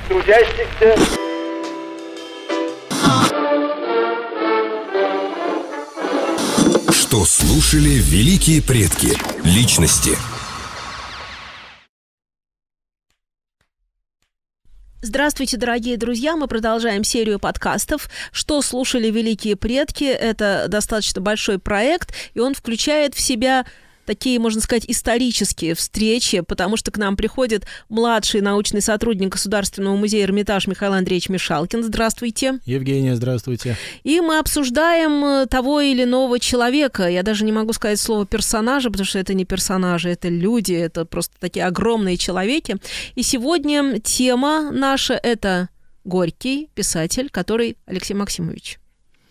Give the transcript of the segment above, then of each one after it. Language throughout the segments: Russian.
трудящихся. Что слушали великие предки, личности. Здравствуйте, дорогие друзья! Мы продолжаем серию подкастов «Что слушали великие предки». Это достаточно большой проект, и он включает в себя такие, можно сказать, исторические встречи, потому что к нам приходит младший научный сотрудник Государственного музея «Эрмитаж» Михаил Андреевич Мишалкин. Здравствуйте. Евгения, здравствуйте. И мы обсуждаем того или иного человека. Я даже не могу сказать слово «персонажи», потому что это не персонажи, это люди, это просто такие огромные человеки. И сегодня тема наша – это Горький, писатель, который Алексей Максимович.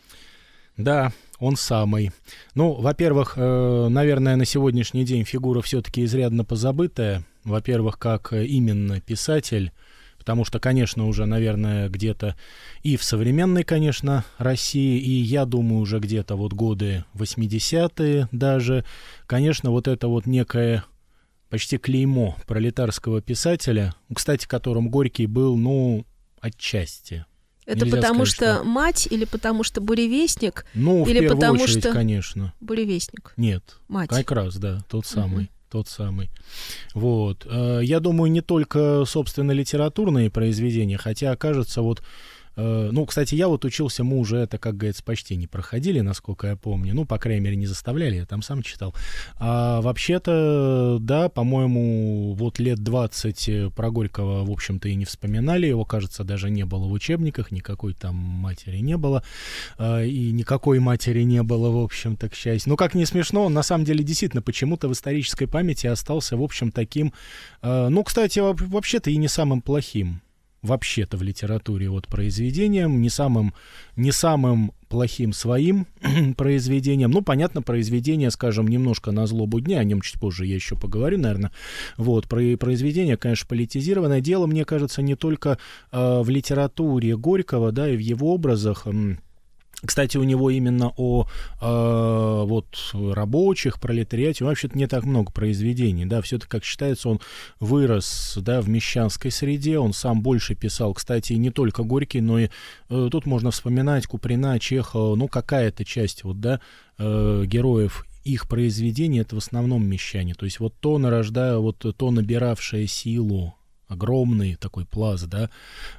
Да, он самый. Ну, во-первых, наверное, на сегодняшний день фигура все-таки изрядно позабытая. Во-первых, как именно писатель, потому что, конечно, уже, наверное, где-то и в современной, конечно, России, и, я думаю, уже где-то вот годы 80-е даже, конечно, вот это вот некое почти клеймо пролетарского писателя, кстати, которым Горький был, ну, отчасти. Это нельзя потому сказать, что мать или потому что буревестник? Ну, в или первую потому очередь, что конечно. Буревестник? Нет. Мать. Как раз, да, тот самый. Тот самый. Вот. Я думаю, не только, собственно, литературные произведения, хотя, кажется, вот... Ну, кстати, я вот учился, мы уже это, как говорится, почти не проходили, насколько я помню. Ну, по крайней мере, не заставляли, я там сам читал. А вообще-то, да, по-моему, вот лет 20 про Горького, в общем-то, и не вспоминали. Его, кажется, даже не было в учебниках, никакой там матери не было. И никакой матери не было, в общем-то, к счастью. Ну, как не смешно, он на самом деле действительно почему-то в исторической памяти остался, в общем, таким... Ну, кстати, вообще-то и не самым плохим. Вообще-то в литературе вот произведением, не самым плохим своим произведением. Ну, понятно, произведение, скажем, немножко на злобу дня, о нем чуть позже я еще поговорю, наверное. Вот, произведение, конечно, политизированное. Дело, мне кажется, не только в литературе Горького, да, и в его образах. Кстати, у него именно о вот рабочих, пролетариате, вообще-то не так много произведений, да, все-таки, как считается, он вырос, да, в мещанской среде, он сам больше писал, кстати, и не только Горький, но и тут можно вспоминать Куприна, Чехова, ну, какая-то часть, вот, да, героев их произведений, это в основном мещане, то есть вот то набиравшее силу, огромный такой пласт, да,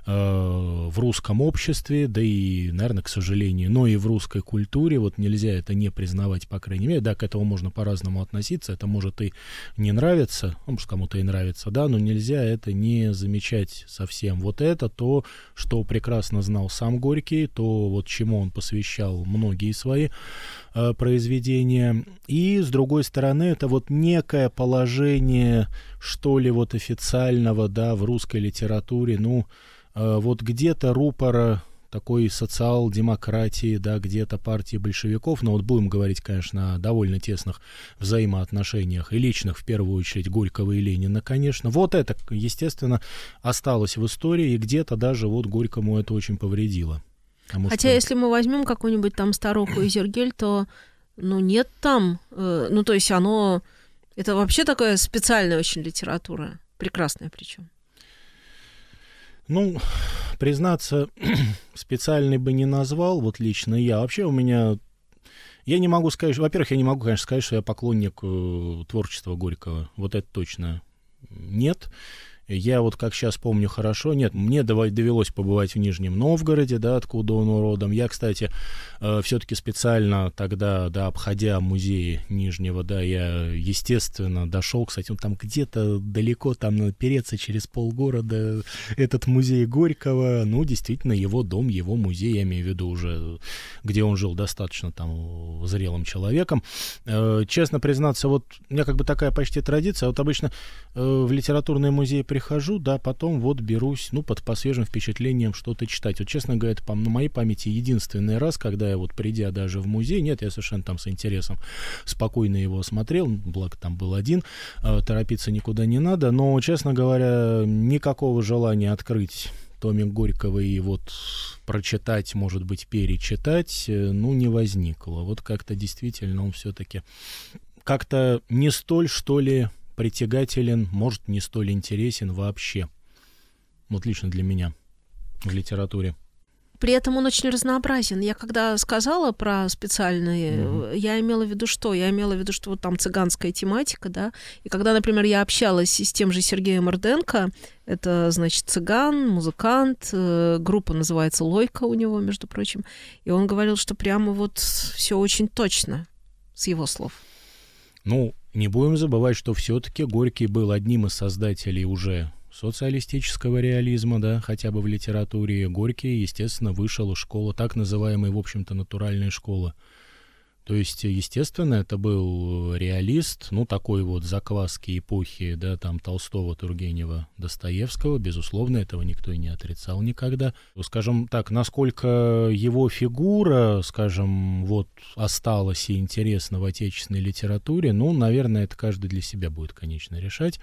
в русском обществе, да и, наверное, к сожалению, но и в русской культуре, вот нельзя это не признавать, по крайней мере, да, к этому можно по-разному относиться, это может и не нравиться, ну, может, кому-то и нравится, да, но нельзя это не замечать совсем. Вот это то, что прекрасно знал сам Горький, то, вот чему он посвящал многие свои произведения, и, с другой стороны, это вот некое положение, что ли, вот официального, да, в русской литературе, ну, вот где-то рупора такой социал-демократии, да, где-то партии большевиков, но вот будем говорить, конечно, о довольно тесных взаимоотношениях и личных, в первую очередь, Горького и Ленина, конечно. Вот это, естественно, осталось в истории, и где-то даже вот Горькому это очень повредило. Хотя, если мы возьмем какую-нибудь там Старуху и Зергель, то, ну, нет там, ну, то есть оно, это вообще такая специальная очень литература, прекрасная причем. Ну, признаться, специальный бы не назвал, вот лично я. Вообще у меня, я не могу сказать, во-первых, я не могу, конечно, сказать, что я поклонник творчества Горького, вот это точно нет. Я вот как сейчас помню хорошо, нет, мне довелось побывать в Нижнем Новгороде, да, откуда он родом. Я, кстати, все-таки специально тогда, да, обходя музей Нижнего, да, я, естественно, дошел, кстати, он там где-то далеко, там надо переться через полгорода, этот музей Горького, ну, действительно, его дом, его музей, я имею в виду уже, где он жил достаточно там зрелым человеком. Честно признаться, вот у меня как бы такая почти традиция, вот обычно в литературные музеи прихожу, да, потом вот берусь, ну, по свежим впечатлениям что-то читать. Вот, честно говоря, это, на моей памяти единственный раз, когда я вот, придя даже в музей, нет, я совершенно там с интересом спокойно его осмотрел, благо там был один, торопиться никуда не надо, но, честно говоря, никакого желания открыть томик Горького и вот прочитать, может быть, перечитать, ну, не возникло. Вот как-то действительно он все-таки как-то не столь, что ли, притягателен, может, не столь интересен вообще. вот лично для меня в литературе. При этом он очень разнообразен. Я когда сказала про специальные, я имела в виду что? Я имела в виду, что вот там цыганская тематика, да. И когда, например, я общалась с тем же Сергеем Руденко, это, значит, цыган, музыкант, группа называется «Лойка» у него, между прочим, и он говорил, что прямо вот все очень точно, с его слов. Ну, не будем забывать, что все-таки Горький был одним из создателей уже социалистического реализма, да, хотя бы в литературе. Горький, естественно, вышел из школы, так называемой, в общем-то, натуральной школы. То есть, естественно, это был реалист, ну, такой вот закваски эпохи, да, там, Толстого, Тургенева, Достоевского, безусловно, этого никто и не отрицал никогда. Скажем так, насколько его фигура, скажем, вот, осталась и интересна в отечественной литературе, ну, наверное, это каждый для себя будет, конечно, решать.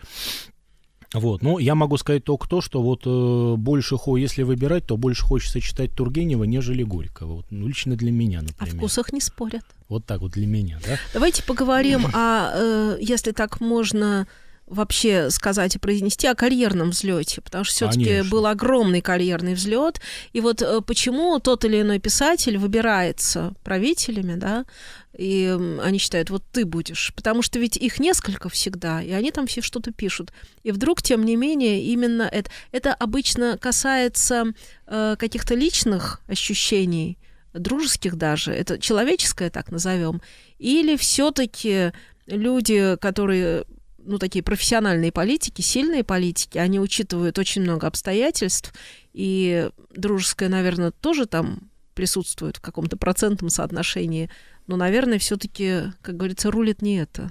Вот, ну, я могу сказать только то, что вот больше, если выбирать, то больше хочется читать Тургенева, нежели Горького. Вот, ну, лично для меня, например. О вкусах не спорят. Вот так вот для меня, да? Давайте поговорим если так можно вообще сказать и произнести, о карьерном взлете, потому что все-таки был огромный карьерный взлет. И вот почему тот или иной писатель выбирается правителями, да, и они считают, вот ты будешь, потому что ведь их несколько всегда, и они там все что-то пишут. И вдруг, тем не менее, именно это обычно касается каких-то личных ощущений, дружеских даже, это человеческое, так назовем, или все-таки люди, которые, ну, такие профессиональные политики, сильные политики, они учитывают очень много обстоятельств, и дружеское, наверное, тоже там присутствует в каком-то процентном соотношении, но, наверное, все-таки, как говорится, рулит не это.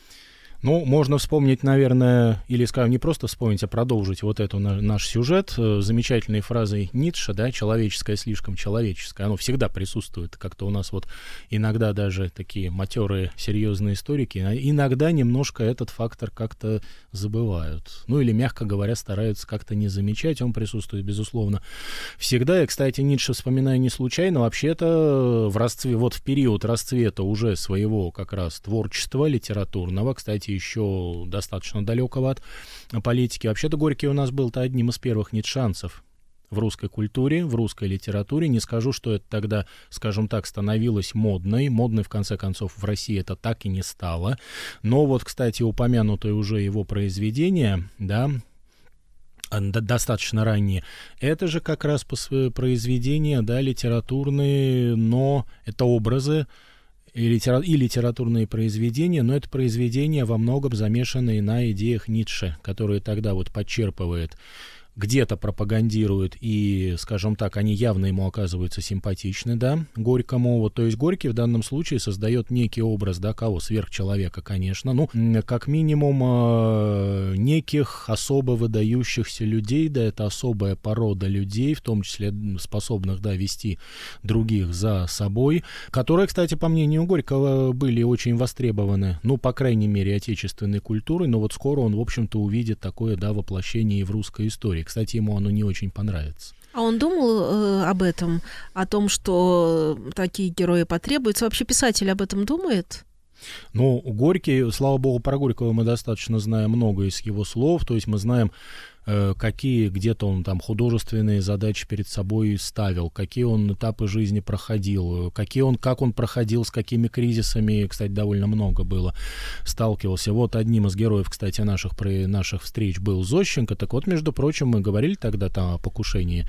Ну, можно вспомнить, наверное, или, скажем, не просто вспомнить, а продолжить вот эту наш сюжет замечательной фразой Ницше, да, «человеческое слишком человеческое». Оно всегда присутствует. Как-то у нас вот иногда даже такие матерые серьезные историки иногда немножко этот фактор как-то забывают. Ну, или, мягко говоря, стараются как-то не замечать. Он присутствует, безусловно, всегда. И, кстати, Ницше вспоминаю не случайно. Вообще-то в период расцвета уже своего как раз творчества литературного, кстати, еще достаточно далекого от политики. Вообще-то Горький у нас был-то одним из первых ницшанцев в русской культуре, в русской литературе. Не скажу, что это тогда, скажем так, становилось модной. Модной, в конце концов, в России это так и не стало. Но вот, кстати, упомянутое уже его произведение, да, достаточно ранние, это же как раз произведения, да, литературные, но это образы, и литературные произведения, но это произведения во многом замешанные на идеях Ницше, которые тогда вот подчерпывает, где-то пропагандирует, и, скажем так, они явно ему оказываются симпатичны, да, Горькому. Вот, то есть Горький в данном случае создает некий образ, да, кого? Сверхчеловека, конечно, ну, как минимум неких особо выдающихся людей, да, это особая порода людей, в том числе способных, да, вести других за собой, которые, кстати, по мнению Горького, были очень востребованы, ну, по крайней мере, отечественной культурой, но вот скоро он, в общем-то, увидит такое, да, воплощение и в русской истории. Кстати, ему оно не очень понравится. А он думал об этом, о том, что такие герои потребуются? Вообще писатель об этом думает? Ну, Горький, слава богу, про Горького мы достаточно знаем много из его слов, то есть мы знаем, какие где-то он там художественные задачи перед собой ставил, какие он этапы жизни проходил, как он проходил, с какими кризисами, кстати, довольно много было, сталкивался. Вот одним из героев, кстати, наших встреч был Зощенко. Так вот, между прочим, мы говорили тогда там о покушении,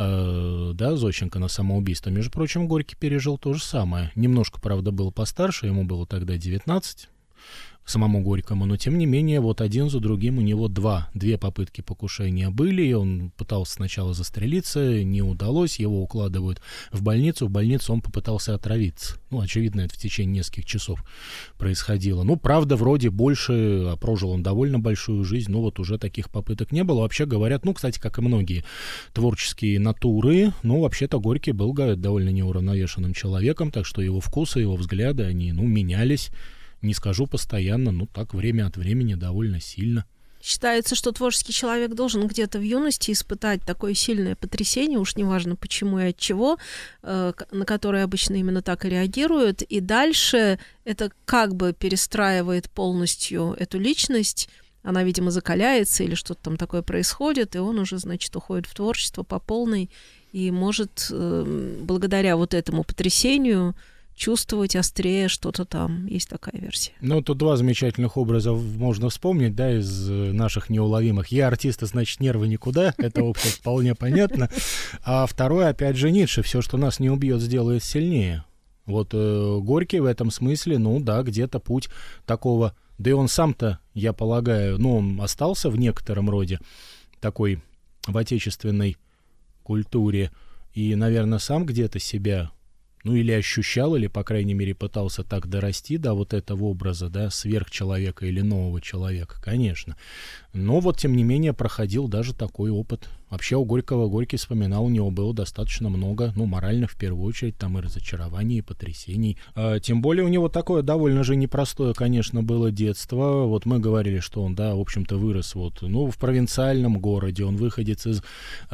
да, Зощенко на самоубийство. Между прочим, Горький пережил то же самое. Немножко, правда, был постарше, ему было тогда 19, самому Горькому, но тем не менее вот один за другим у него две попытки покушения были, и он пытался сначала застрелиться, не удалось, его укладывают в больницу он попытался отравиться. Ну, очевидно, это в течение нескольких часов происходило. Ну, правда, вроде больше, прожил он довольно большую жизнь, но вот уже таких попыток не было. Вообще говорят, ну, кстати, как и многие творческие натуры, ну, вообще-то Горький был, говорят, довольно неуравновешенным человеком, так что его вкусы, его взгляды, они, ну, менялись. Не скажу постоянно, но так время от времени довольно сильно. Считается, что творческий человек должен где-то в юности испытать такое сильное потрясение, уж неважно почему и от чего, на которое обычно именно так и реагируют, и дальше это как бы перестраивает полностью эту личность она, видимо, закаляется или что-то там такое происходит, и он уже, значит, уходит в творчество по полной и может благодаря вот этому потрясению чувствовать острее что-то там. Есть такая версия. Ну, тут два замечательных образа можно вспомнить, да, из наших неуловимых. Я артист, и, значит, нервы никуда. Это вполне понятно. А второе, опять же, Ницше. Все, что нас не убьет, сделает сильнее. Вот Горький в этом смысле, ну да, где-то путь такого. Да и он сам-то, я полагаю, ну, он остался в некотором роде такой в отечественной культуре. И, наверное, сам где-то себя... ну, или ощущал, или, по крайней мере, пытался так дорасти до вот этого образа, да, сверхчеловека или нового человека, конечно. Но вот, тем не менее, проходил даже такой опыт. Вообще у Горького, Горький вспоминал, у него было достаточно много, ну, моральных, в первую очередь, там и разочарований, и потрясений. Тем более у него такое довольно же непростое, конечно, было детство. Вот мы говорили, что он, да, в общем-то, вырос вот, ну, в провинциальном городе, он выходец из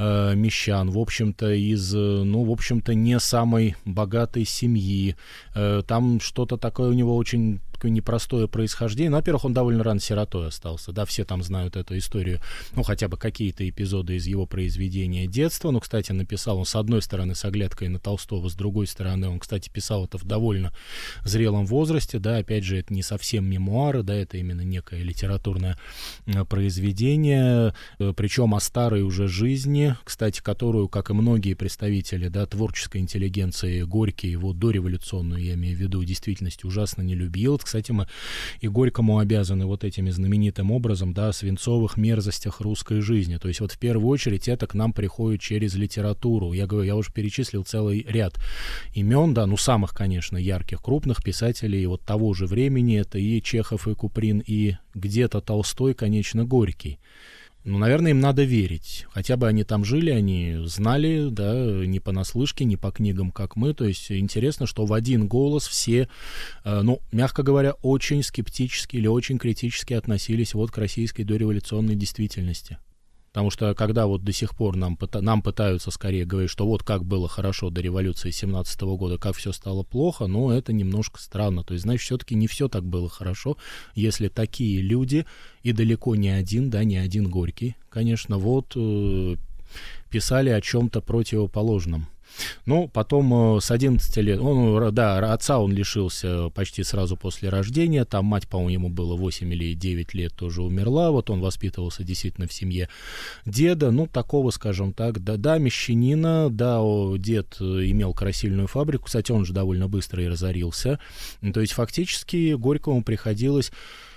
мещан, в общем-то, из, ну, в общем-то, не самой богатой семьи. Там что-то такое у него очень непростое происхождение. Ну, во-первых, он довольно рано сиротой остался, да, все там знают эту историю, ну, хотя бы какие-то эпизоды из его произведения детства. Ну, кстати, написал он, с одной стороны, с оглядкой на Толстого, с другой стороны, он, кстати, писал это в довольно зрелом возрасте, да, опять же, это не совсем мемуары, да, это именно некое литературное произведение, причем о старой уже жизни, кстати, которую, как и многие представители, да, творческой интеллигенции, Горький, его дореволюционную, я имею в виду, действительность ужасно не любил. Кстати, мы и Горькому обязаны вот этими знаменитым образом, да, о свинцовых мерзостях русской жизни. То есть вот в первую очередь это к нам приходит через литературу. Я говорю, я уже перечислил целый ряд имен, да, ну самых, конечно, ярких, крупных писателей вот того же времени. Это и Чехов, и Куприн, и где-то Толстой, конечно, Горький. Ну, наверное, им надо верить. Хотя бы они там жили, они знали, да, не понаслышке, не по книгам, как мы. То есть интересно, что в один голос все, ну, мягко говоря, очень скептически или очень критически относились вот к российской дореволюционной действительности. Потому что когда вот до сих пор нам пытаются скорее говорить, что вот как было хорошо до революции 17 года, как все стало плохо, но это немножко странно. То есть, значит, все-таки не все так было хорошо, если такие люди, и далеко не один, да, не один Горький, конечно, вот писали о чем-то противоположном. Ну, потом с 11 лет, отца он лишился почти сразу после рождения, там мать, по-моему, ему было 8 или 9 лет, тоже умерла, вот он воспитывался действительно в семье деда, ну, такого, скажем так, да, мещанина, да, дед имел красильную фабрику, кстати, он же довольно быстро и разорился, то есть фактически Горькому приходилось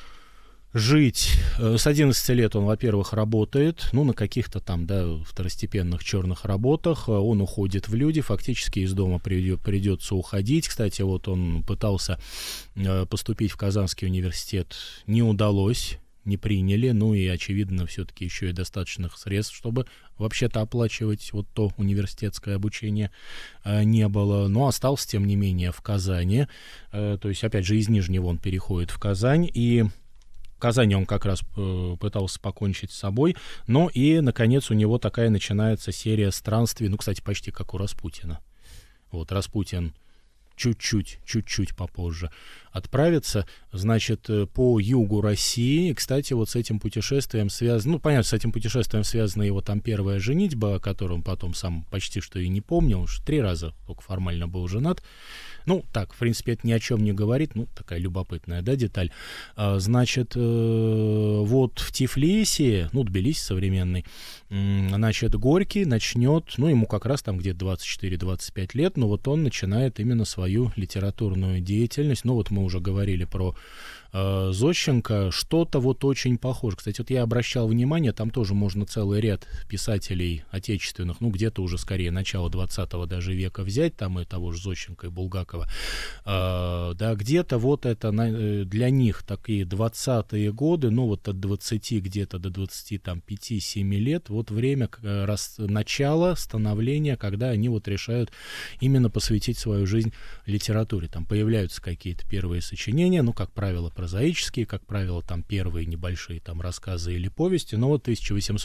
жить. С 11 лет он, во-первых, работает, ну, на каких-то там, да, второстепенных черных работах, он уходит в люди, фактически из дома придется уходить. Кстати, вот он пытался поступить в Казанский университет, не удалось, не приняли, ну и, очевидно, все-таки еще и достаточных средств, чтобы вообще-то оплачивать вот то университетское обучение не было, но остался, тем не менее, в Казани, то есть, опять же, из Нижнего он переходит в Казань, и в Казани он как раз пытался покончить с собой, но и, наконец, у него такая начинается серия странствий, ну, кстати, почти как у Распутина. Вот, Распутин чуть-чуть попозже отправится, значит, по югу России. Кстати, вот с этим путешествием связано, ну, понятно, с этим путешествием связана его там первая женитьба, о которой он потом сам почти что и не помнил, что 3 раза только формально был женат. Ну, так, в принципе, это ни о чем не говорит, ну, такая любопытная, да, деталь. Значит, вот в Тифлисе, ну, Тбилиси современный, значит, Горький начнет, ну, ему как раз там где-то 24-25 лет, но вот он начинает именно свою литературную деятельность. Ну, вот мы уже говорили про Зощенко, что-то вот очень похоже. Кстати, вот я обращал внимание, там тоже можно целый ряд писателей отечественных, ну, где-то уже скорее начало 20-го даже века взять, там и того же Зощенко и Булгакова, да, где-то вот это для них такие 20-е годы, ну, вот от 20 где-то до 25-7 лет, вот время начала становления, когда они вот решают именно посвятить свою жизнь литературе. Там появляются какие-то первые сочинения, ну, как правило, прозаические, как правило, там первые небольшие там рассказы или повести, но вот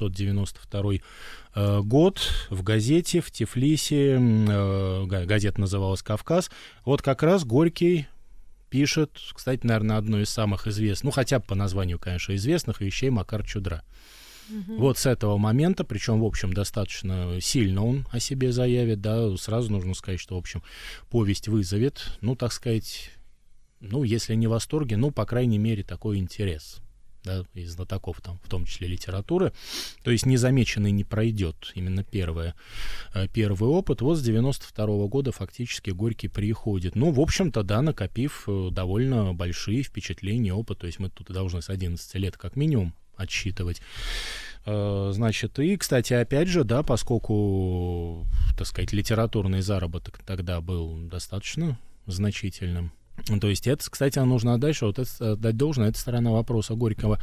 1892 год в газете, в Тифлисе, газета называлась «Кавказ», вот как раз Горький пишет, кстати, наверное, одно из самых известных, ну, хотя бы по названию, конечно, известных вещей Макар Чудра. Вот с этого момента, причем, в общем, достаточно сильно он о себе заявит, да, сразу нужно сказать, что, в общем, повесть вызовет, ну, так сказать, ну, если не в восторге, ну, по крайней мере, такой интерес, да, из знатоков, там, в том числе литературы, то есть незамеченный не пройдет, именно первый опыт. Вот с 92-го года фактически Горький приходит, ну, в общем-то, да, накопив довольно большие впечатления, опыт, то есть мы тут должны с 11 лет как минимум отсчитывать. Значит, и, кстати, опять же, да, поскольку, так сказать, литературный заработок тогда был достаточно значительным, то есть это, кстати, нужно отдать должное, это сторона вопроса Горького,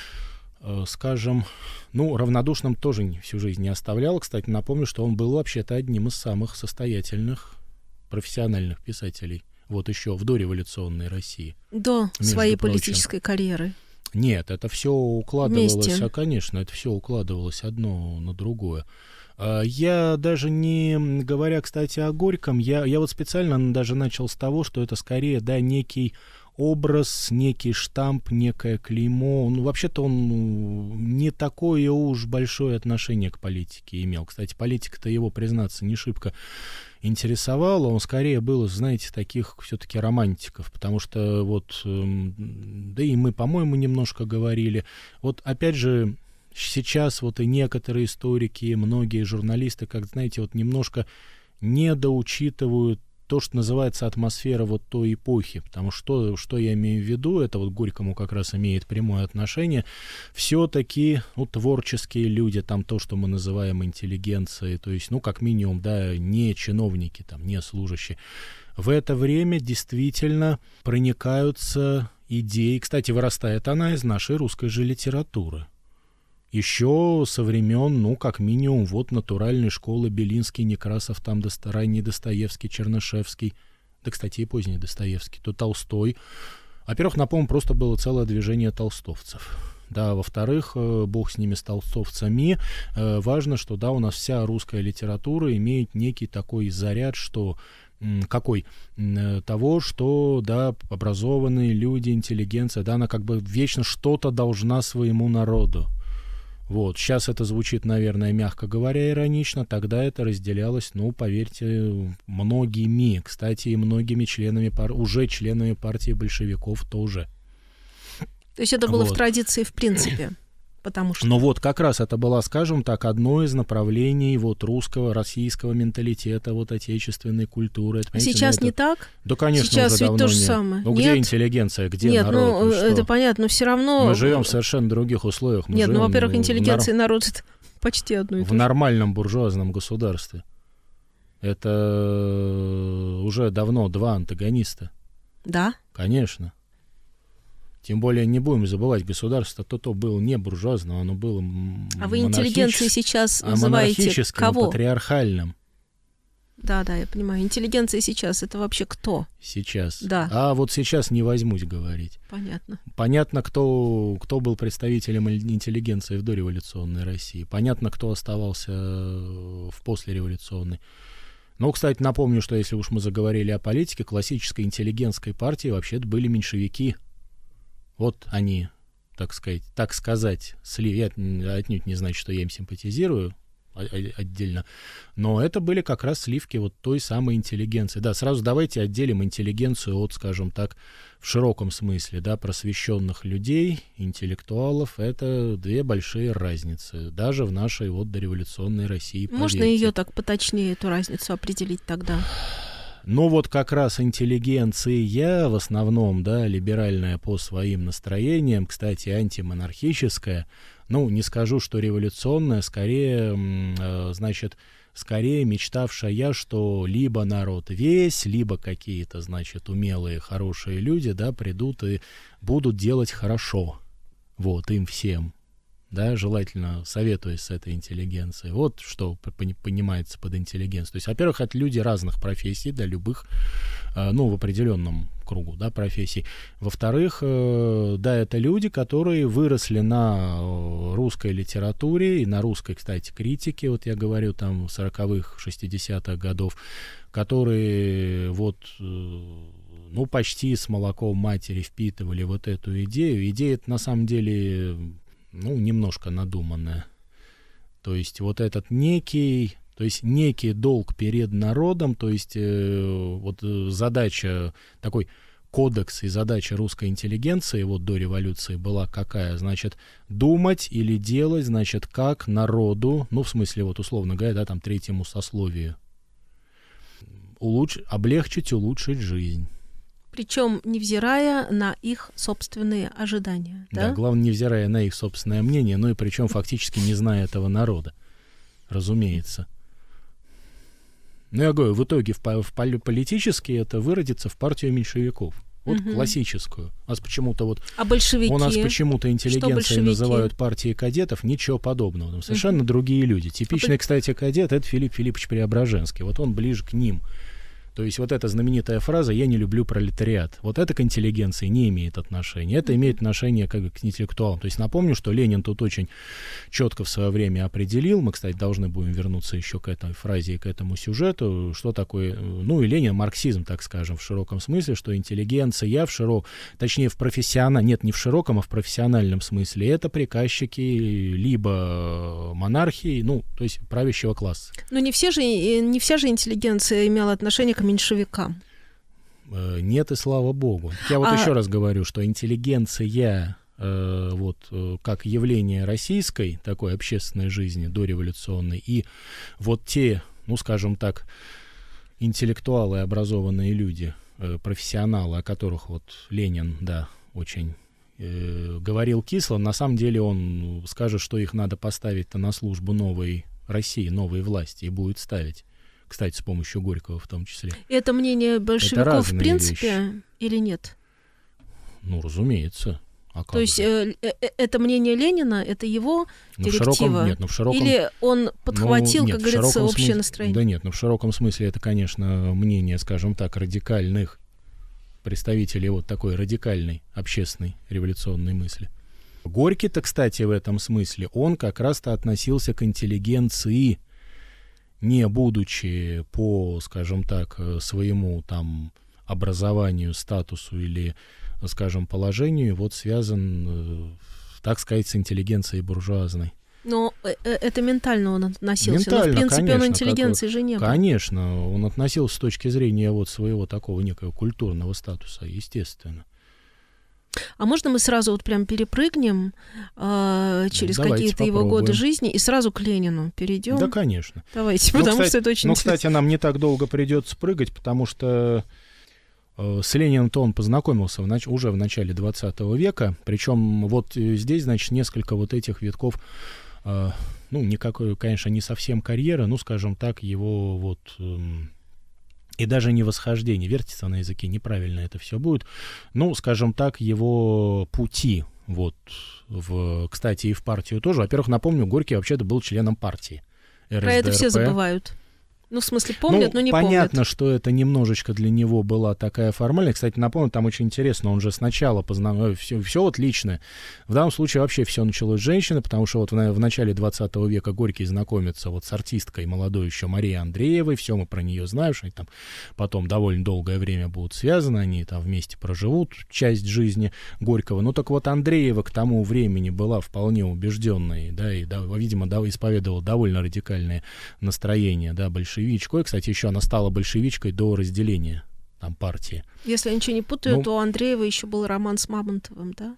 скажем, ну, равнодушным тоже всю жизнь не оставлял. Кстати, напомню, что он был вообще-то одним из самых состоятельных профессиональных писателей, вот еще в дореволюционной России. До своей политической карьеры. Нет, это все укладывалось, Вместе. Конечно, это все укладывалось одно на другое. Я даже не говоря, кстати, о Горьком, я вот специально даже начал с того, что это скорее, да, некий образ, некий штамп, некое клеймо. Ну, вообще-то он не такое уж большое отношение к политике имел. Кстати, политика-то его, признаться, не шибко интересовала. Он скорее был, знаете, таких все-таки романтиков, потому что вот, да и мы, по-моему, немножко говорили. Вот опять же, сейчас вот и некоторые историки, многие журналисты, как знаете, вот немножко недоучитывают то, что называется атмосфера вот той эпохи, потому что я имею в виду, это вот Горькому как раз имеет прямое отношение, все-таки, ну, творческие люди, там то, что мы называем интеллигенцией, то есть, ну, как минимум, да, не чиновники, там, не служащие, в это время действительно проникаются идеей, кстати, вырастает она из нашей русской же литературы. Еще со времен, ну, как минимум, вот натуральной школы Белинский, Некрасов, там ранний Достоевский, Чернышевский, да, кстати, и поздний Достоевский, то Толстой. Во-первых, напомню, просто было целое движение толстовцев. Да, во-вторых, бог с ними, с толстовцами, важно, что, да, у нас вся русская литература имеет некий такой заряд, что какой? Того, что, да, образованные люди, интеллигенция, да, она как бы вечно что-то должна своему народу. Вот, сейчас это звучит, наверное, мягко говоря, иронично, тогда это разделялось, ну, поверьте, многими, кстати, и многими уже членами партии большевиков тоже. То есть это было вот в традиции в принципе, потому что... Но вот как раз это было, скажем так, одно из направлений вот русского, российского менталитета, вот отечественной культуры. Это, сейчас не так? Да, конечно, сейчас уже ведь давно то же нет. самое. Ну, Нет? где интеллигенция, где Нет, народ? ну, это понятно, но все равно... Мы живем в совершенно других условиях. Нет, ну, во-первых, интеллигенция и народ — это почти одно и то же. В нормальном буржуазном государстве. Это уже давно два антагониста. Да? Конечно. Тем более не будем забывать, государство то было не буржуазным, оно было А вы интеллигенцией сейчас называете монархическим, кого? патриархальным. Да, я понимаю. Интеллигенция сейчас — это вообще кто? Сейчас. Да. А вот сейчас не возьмусь говорить. Понятно. Понятно, кто был представителем интеллигенции в дореволюционной России. Понятно, кто оставался в послереволюционной. Но, кстати, напомню, что если уж мы заговорили о политике, классической интеллигентской партии вообще-то были меньшевики. Вот они, так сказать, я отнюдь не значит, что я им симпатизирую отдельно, но это были как раз сливки вот той самой интеллигенции. Да, сразу давайте отделим интеллигенцию от, скажем так, в широком смысле, да, просвещенных людей, интеллектуалов. Это две большие разницы, даже в нашей вот дореволюционной России. Можно поверьте. ее так поточнее, эту разницу определить тогда? Ну вот как раз интеллигенция, в основном, да, либеральная по своим настроениям, кстати, антимонархическая, ну, не скажу, что революционная, скорее мечтавшая, что либо народ весь, либо какие-то, значит, умелые, хорошие люди, да, придут и будут делать хорошо, вот, им всем. Да, желательно советуясь с этой интеллигенцией. Вот что понимается под интеллигенцией. То есть, во-первых, это люди разных профессий, да, любых, ну, в определенном кругу, да, профессий. Во-вторых, да, это люди, которые выросли на русской литературе и на русской, кстати, критике, вот я говорю, там, 40-х, 60-х годов, которые вот ну, почти с молоком матери впитывали вот эту идею. Идея-то на самом деле, ну, немножко надуманная. То есть вот этот некий долг перед народом, то есть вот задача, такой кодекс и задача русской интеллигенции вот до революции была какая? Значит, думать или делать, значит, как народу, ну, в смысле, вот условно говоря, да, там, третьему сословию, облегчить, улучшить жизнь. Причем невзирая на их собственные ожидания. Да, главное, невзирая на их собственное мнение, ну и причем фактически не зная этого народа, разумеется. Ну, я говорю, в итоге политически это выродится в партию меньшевиков. Вот классическую. У нас почему-то вот... А большевики? У нас почему-то интеллигенцией называют партией кадетов. Ничего подобного. Там совершенно другие люди. Типичный, кстати, кадет — это Филипп Филиппович Преображенский. Вот он ближе к ним. То есть вот эта знаменитая фраза «я не люблю пролетариат», вот это к интеллигенции не имеет отношения. Это имеет отношение как бы к интеллектуалам. То есть напомню, что Ленин тут очень четко в свое время определил, мы, кстати, должны будем вернуться еще к этой фразе и к этому сюжету, что такое, ну и Ленин, марксизм, так скажем, в широком смысле, что интеллигенция точнее в профессиональном, нет, не в широком, а в профессиональном смысле, это приказчики либо монархии, ну, то есть правящего класса. Но не вся же интеллигенция имела отношение к меньшевикам. Нет, и слава богу. Я вот еще раз говорю, что интеллигенция как явление российской такой общественной жизни дореволюционной, и вот те, ну, скажем так, интеллектуалы, образованные люди, профессионалы, о которых вот Ленин, да, очень говорил кисло, на самом деле он скажет, что их надо поставить-то на службу новой России, новой власти, и будет ставить. Кстати, с помощью Горького в том числе. Это мнение большевиков в принципе вещи. Или нет? Ну, разумеется. То есть это мнение Ленина, это его директива? В широком... Или он подхватил, как говорится, общее настроение? Да нет, в широком смысле это, конечно, мнение, скажем так, радикальных представителей вот такой радикальной общественной революционной мысли. Горький-то, кстати, в этом смысле, он как раз-то относился к интеллигенции, не будучи по, скажем так, своему там образованию, статусу или, скажем, положению, вот связан, так сказать, с интеллигенцией буржуазной. Но это ментально он относился, но в принципе конечно, он интеллигенции же не был. Конечно, он относился с точки зрения вот своего такого некого культурного статуса, естественно. А можно мы сразу вот прям перепрыгнем через какие-то его годы жизни и сразу к Ленину перейдем? Да, конечно. Давайте, потому что это очень интересно. Кстати, нам не так долго придется прыгать, потому что с Лениным-то он познакомился уже в начале 20 века, причем вот здесь, значит, несколько вот этих витков, ну, никакой, конечно, не совсем карьера, ну, скажем так, его вот... И даже не восхождение, вертится на языке, неправильно это все будет. Ну, скажем так, его пути, вот, кстати, и в партию тоже. Во-первых, напомню, Горький вообще-то был членом партии РСДРП. Про это все забывают. Ну, в смысле, помнят, но не помнят. Понятно, что это немножечко для него была такая формальность. Кстати, напомню, там очень интересно, он же сначала все вот личное. В данном случае вообще все началось с женщины, потому что вот в начале 20 века Горький знакомится вот с артисткой молодой еще Марией Андреевой, все мы про нее знаем, что они там потом довольно долгое время будут связаны, они там вместе проживут часть жизни Горького. Ну так вот, Андреева к тому времени была вполне убежденной, да, и, да, видимо, исповедовала довольно радикальные настроения, да, большевичкой. Кстати, еще она стала большевичкой до разделения там партии. Если я ничего не путаю, то у Андреева еще был роман с Мамонтовым, да?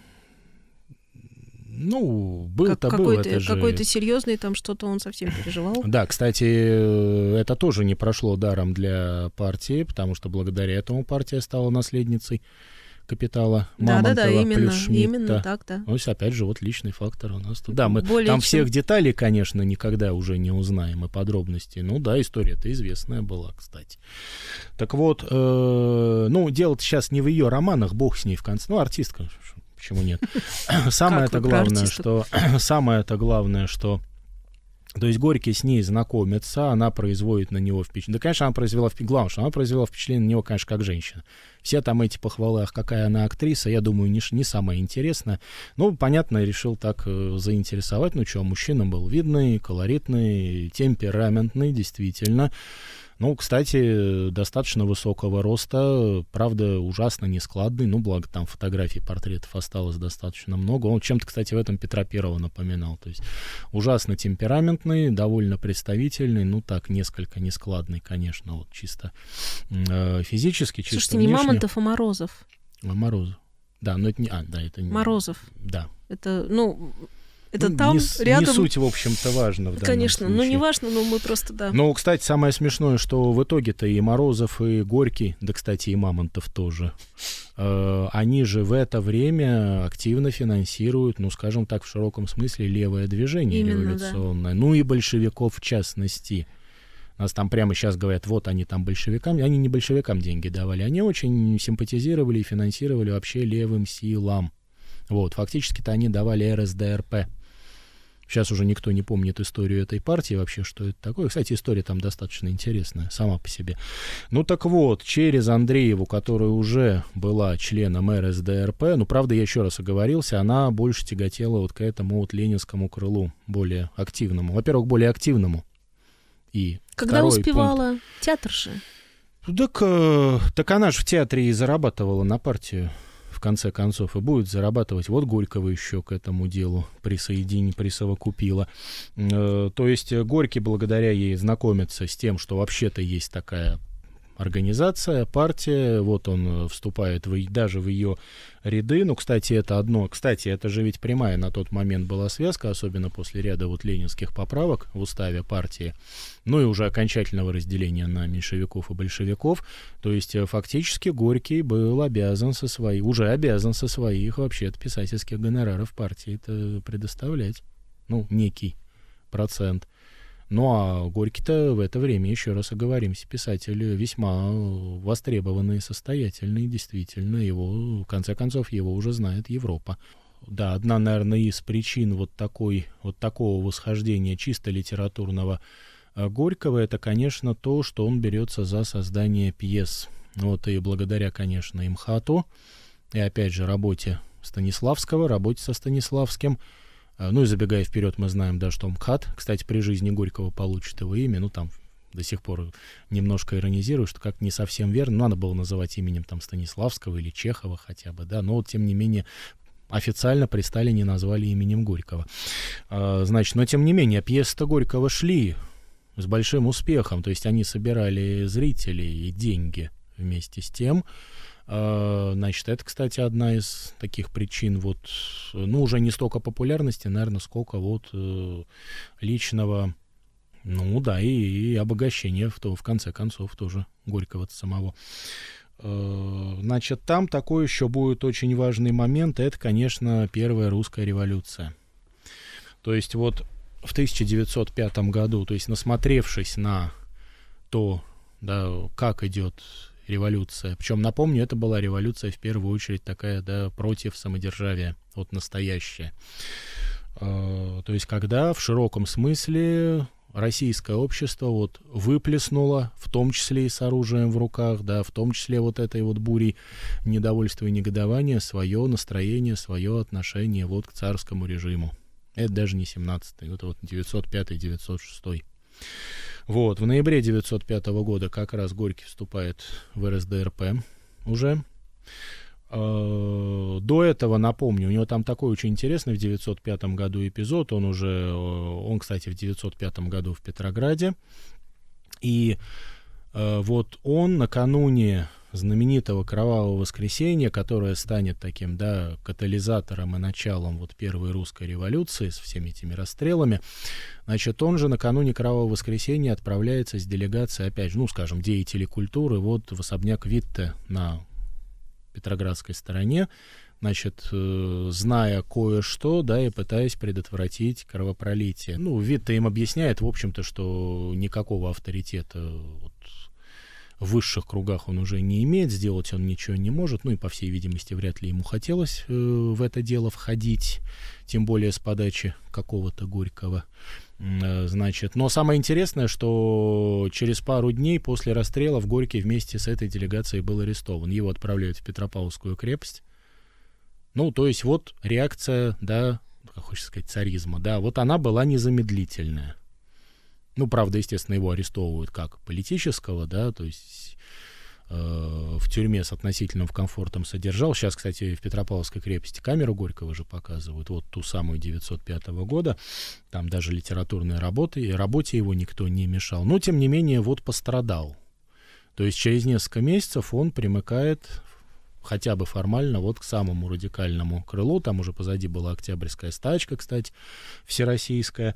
Ну, был-то был. Какой-то серьезный, там что-то он совсем переживал. Да, кстати, это тоже не прошло даром для партии, потому что благодаря этому партия стала наследницей капитала Мамонтова плюс Шмидта. Именно так, да. То есть, опять же, вот личный фактор у нас тут. Да, мы там всех деталей, конечно, никогда уже не узнаем, и подробностей. Ну да, история-то известная была, кстати. Так вот, ну, дело-то сейчас не в ее романах, бог с ней в конце. Ну, артистка, почему нет? Самое-то главное, что... То есть Горький с ней знакомится, она производит на него впечатление. Да, конечно, она произвела впечатление на него, конечно, как женщина. Все там эти похвалы, ах, какая она актриса, я думаю, не самое интересное. Ну, понятно, решил так заинтересовать. Ну, что, мужчина был видный, колоритный, темпераментный, действительно. Ну, кстати, достаточно высокого роста, правда, ужасно нескладный, ну, благо там фотографий, портретов осталось достаточно много. Он чем-то, кстати, в этом Петра Первого напоминал, то есть ужасно темпераментный, довольно представительный, ну, так, несколько нескладный, конечно, вот чисто физически, чисто Слушайте, внешне. не Мамонтов, а Морозов. Морозов. Да, но это не... это не... Морозов. Да. Это, это там, рядом... Не суть, в общем-то, важно в данном Конечно, случае. не важно, но мы просто, да. Ну, кстати, самое смешное, что в итоге-то и Морозов, и Горький, да, кстати, и Мамонтов тоже, они же в это время активно финансируют, ну, скажем так, в широком смысле, левое движение революционное, да. Ну и большевиков в частности. Нас там прямо сейчас говорят, вот они там большевикам, они не большевикам деньги давали, они очень симпатизировали и финансировали вообще левым силам. Вот, фактически-то они давали РСДРП. Сейчас уже никто не помнит историю этой партии вообще, что это такое. Кстати, история там достаточно интересная сама по себе. Ну так вот, через Андрееву, которая уже была членом РСДРП, ну, правда, я еще раз оговорился, она больше тяготела вот к этому вот ленинскому крылу, более активному. Во-первых, более активному. И когда успевала пункт. Театр же? Так она же в театре и зарабатывала на партию. В конце концов, и будет зарабатывать. Вот Горького еще к этому делу присовокупила. То есть Горький благодаря ей знакомится с тем, что вообще-то есть такая организация, партия, вот он вступает даже в ее ряды. Ну, кстати, это же ведь прямая на тот момент была связка, особенно после ряда вот ленинских поправок в уставе партии, ну и уже окончательного разделения на меньшевиков и большевиков. То есть фактически Горький был обязан уже обязан со своих вообще-то писательских гонораров партии это предоставлять, ну, некий процент. Ну, а Горький-то в это время, еще раз оговоримся, писатель весьма востребованный, состоятельный, действительно, его, в конце концов, его уже знает Европа. Да, одна, наверное, из причин вот такого восхождения чисто литературного Горького, это, конечно, то, что он берется за создание пьес. Вот и благодаря, конечно, МХАТу, и, опять же, работе со Станиславским. Ну и забегая вперед, мы знаем, да, что МХАТ, кстати, при жизни Горького получит его имя, ну там до сих пор немножко иронизирую, что как не совсем верно, надо было называть именем там Станиславского или Чехова хотя бы, да, но вот тем не менее официально при Сталине назвали именем Горького. Значит, но тем не менее пьесы-то Горького шли с большим успехом, то есть они собирали зрителей и деньги вместе с тем. Значит, это, кстати, одна из таких причин вот, ну, уже не столько популярности, наверное, сколько вот личного, ну, да, и обогащения в конце концов тоже Горького-то самого. Значит, там такой еще будет очень важный момент, это, конечно, первая русская революция. То есть вот в 1905 году, то есть насмотревшись на то, да, как идет революция. Причем, напомню, это была революция в первую очередь такая, да, против самодержавия, вот настоящая. То есть когда в широком смысле российское общество вот выплеснуло, в том числе и с оружием в руках, да, в том числе вот этой вот бурей недовольства и негодования, свое настроение, свое отношение вот к царскому режиму. Это даже не 17-й, это вот 905-906. Вот, в ноябре 1905 года как раз Горький вступает в РСДРП уже. До этого, напомню, у него там такой очень интересный в 1905 году эпизод. Он, кстати, в 1905 году в Петрограде. И вот он накануне знаменитого Кровавого воскресенья, которое станет таким, да, катализатором и началом вот первой русской революции с всеми этими расстрелами, значит, он же накануне Кровавого воскресенья отправляется с делегацией, опять же, ну, скажем, деятелей культуры, вот в особняк Витте на Петроградской стороне, значит, зная кое-что, да, и пытаясь предотвратить кровопролитие. Ну, Витте им объясняет, в общем-то, что никакого авторитета вот в высших кругах он уже не имеет, сделать он ничего не может, ну и, по всей видимости, вряд ли ему хотелось в это дело входить, тем более с подачи какого-то Горького. Значит, но самое интересное, что через пару дней после расстрелов Горький вместе с этой делегацией был арестован. Его отправляют в Петропавловскую крепость. Ну, то есть вот реакция, да, как хочется сказать, царизма, да, вот она была незамедлительная. Ну, правда, естественно, его арестовывают как политического, да, то есть в тюрьме с относительным комфортом содержал. Сейчас, кстати, в Петропавловской крепости камеру Горького же показывают, вот ту самую 905 года, там даже литературной работе его никто не мешал. Но, тем не менее, вот пострадал. То есть через несколько месяцев он примыкает хотя бы формально вот к самому радикальному крылу. Там уже позади была Октябрьская стачка, кстати, всероссийская.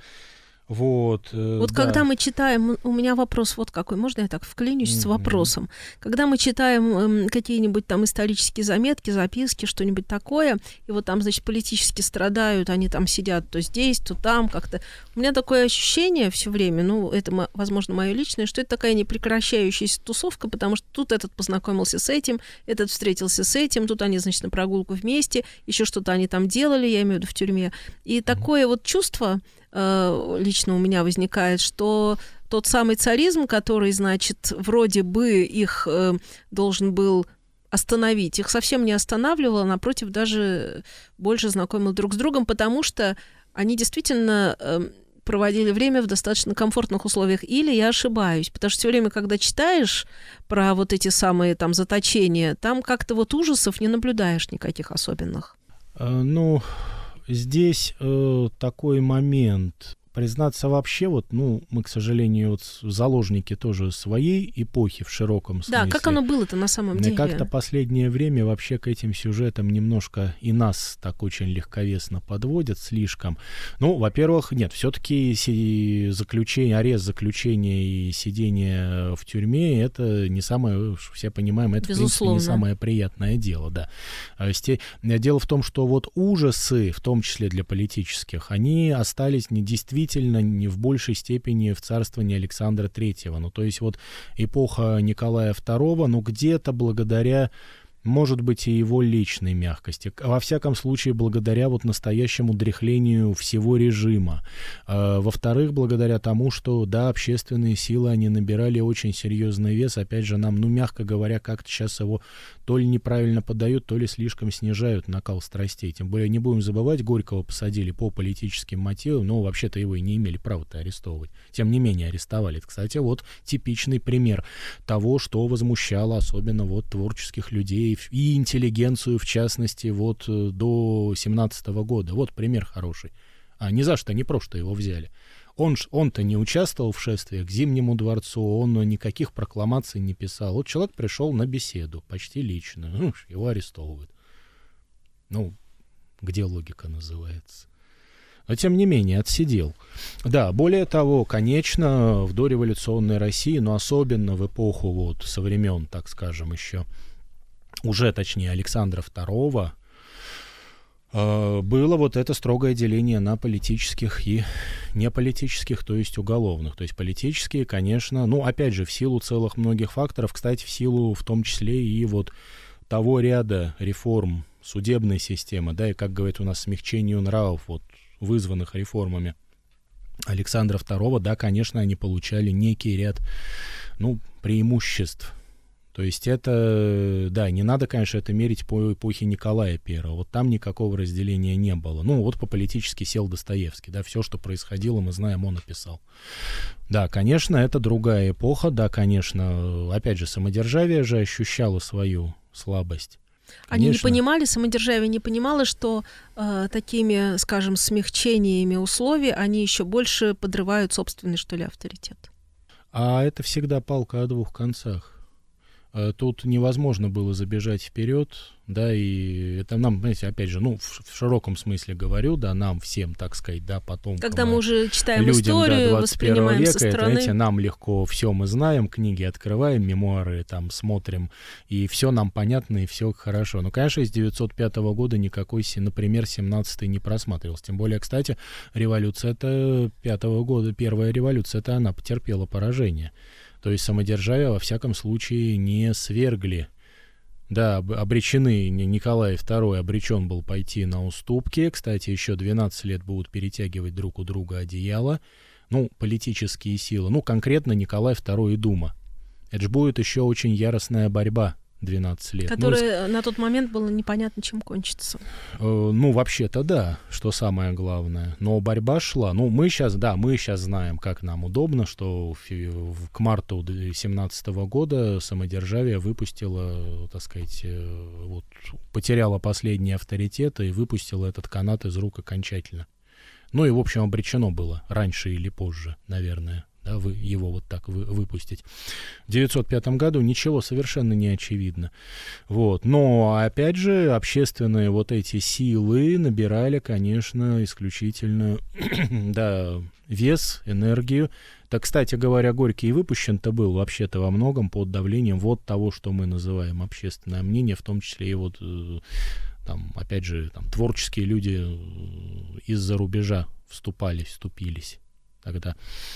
Вот, да. Когда мы читаем, у меня вопрос вот какой, можно я так вклинюсь с вопросом? Когда мы читаем какие-нибудь там исторические заметки, записки, что-нибудь такое, и вот там, значит, политически страдают, они там сидят то здесь, то там как-то. У меня такое ощущение все время, ну, это, возможно, мое личное, что это такая непрекращающаяся тусовка, потому что тут этот познакомился с этим, этот встретился с этим, тут они, значит, на прогулку вместе, еще что-то они там делали, я имею в виду в тюрьме. И такое вот чувство лично у меня возникает, что тот самый царизм, который, значит, вроде бы их должен был остановить, их совсем не останавливал, а напротив, даже больше знакомил друг с другом, потому что они действительно проводили время в достаточно комфортных условиях. Или я ошибаюсь? Потому что все время, когда читаешь про вот эти самые там заточения, там как-то вот ужасов не наблюдаешь никаких особенных. Ну, здесь такой момент. Признаться вообще, вот, ну, мы, к сожалению, вот заложники тоже своей эпохи в широком смысле. Да, как оно было-то на самом деле? Как-то последнее время вообще к этим сюжетам немножко и нас так очень легковесно подводят слишком. Ну, во-первых, нет, все-таки заключение, арест, заключение и сидение в тюрьме, это не самое, все понимаем, это, безусловно, в принципе, не самое приятное дело, да. Дело в том, что вот ужасы, в том числе для политических, они остались действительно не в большей степени в царствовании Александра III. Ну, то есть вот эпоха Николая II, ну, где-то благодаря, может быть, и его личной мягкости, во всяком случае, благодаря вот настоящему дряхлению всего режима. Во-вторых, благодаря тому, что, да, общественные силы, они набирали очень серьезный вес, опять же, нам, ну, мягко говоря, как-то сейчас его то ли неправильно подают, то ли слишком снижают накал страстей. Тем более, не будем забывать, Горького посадили по политическим мотивам, но вообще-то его и не имели права-то арестовывать. Тем не менее, арестовали. Это, кстати, вот типичный пример того, что возмущало особенно вот творческих людей и интеллигенцию, в частности, вот до 17-го года. Вот пример хороший. А не за что, не просто его взяли. Он-то не участвовал в шествиях к Зимнему дворцу, он никаких прокламаций не писал. Вот человек пришел на беседу, почти лично, его арестовывают. Ну, где логика называется? Но, тем не менее, отсидел. Да, более того, конечно, в дореволюционной России, но особенно в эпоху вот со времен, так скажем, еще уже, точнее, Александра II, было вот это строгое деление на политических и неполитических, то есть уголовных. То есть политические, конечно, ну, опять же, в силу целых многих факторов, кстати, в силу в том числе и вот того ряда реформ судебной системы, да, и, как говорят у нас, смягчению нравов, вот, вызванных реформами Александра II, да, конечно, они получали некий ряд, ну, преимуществ. То есть это, да, не надо, конечно, это мерить по эпохе Николая I. Вот там никакого разделения не было. Ну, вот по-политически сел Достоевский, да, все, что происходило, мы знаем, он описал. Да, конечно, это другая эпоха, да, конечно, опять же, самодержавие же ощущало свою слабость. Конечно. Они не понимали, самодержавие не понимало, что такими, скажем, смягчениями условий они еще больше подрывают собственный, что ли, авторитет. А это всегда палка о двух концах. Тут невозможно было забежать вперед, да, и это нам, знаете, опять же, ну, в широком смысле говорю, да, нам всем, так сказать, да, потомкам. Когда мы уже читаем людям, историю, да, воспринимаем века, со стороны. Это, знаете, нам легко, все мы знаем, книги открываем, мемуары там смотрим, и все нам понятно, и все хорошо. Но, конечно, с 905 года никакой, например, 17-й не просматривался. Тем более, кстати, революция-то 5-го года, первая революция-то она потерпела поражение. То есть самодержавие, во всяком случае, не свергли. Да, обречены, Николай II обречен был пойти на уступки. Кстати, еще 12 лет будут перетягивать друг у друга одеяло. Ну, политические силы. Ну, конкретно Николай II и Дума. Это же будет еще очень яростная борьба 12 лет. Которое на тот момент было непонятно, чем кончится. Ну, вообще-то да, что самое главное. Но борьба шла. Ну, мы сейчас знаем, как нам удобно, что к марту 2017 года самодержавие выпустило, так сказать, вот, потеряло последний авторитет и выпустило этот канат из рук окончательно. Ну и, в общем, обречено было раньше или позже, наверное, да, его вот так выпустить. В 1905 году ничего совершенно не очевидно. Вот. Но, опять же, общественные вот эти силы набирали, конечно, исключительно да, вес, энергию. Так, кстати говоря, Горький выпущен-то был вообще-то во многом под давлением вот того, что мы называем общественное мнение, в том числе и вот... Там, опять же, там, творческие люди из-за рубежа вступились тогда.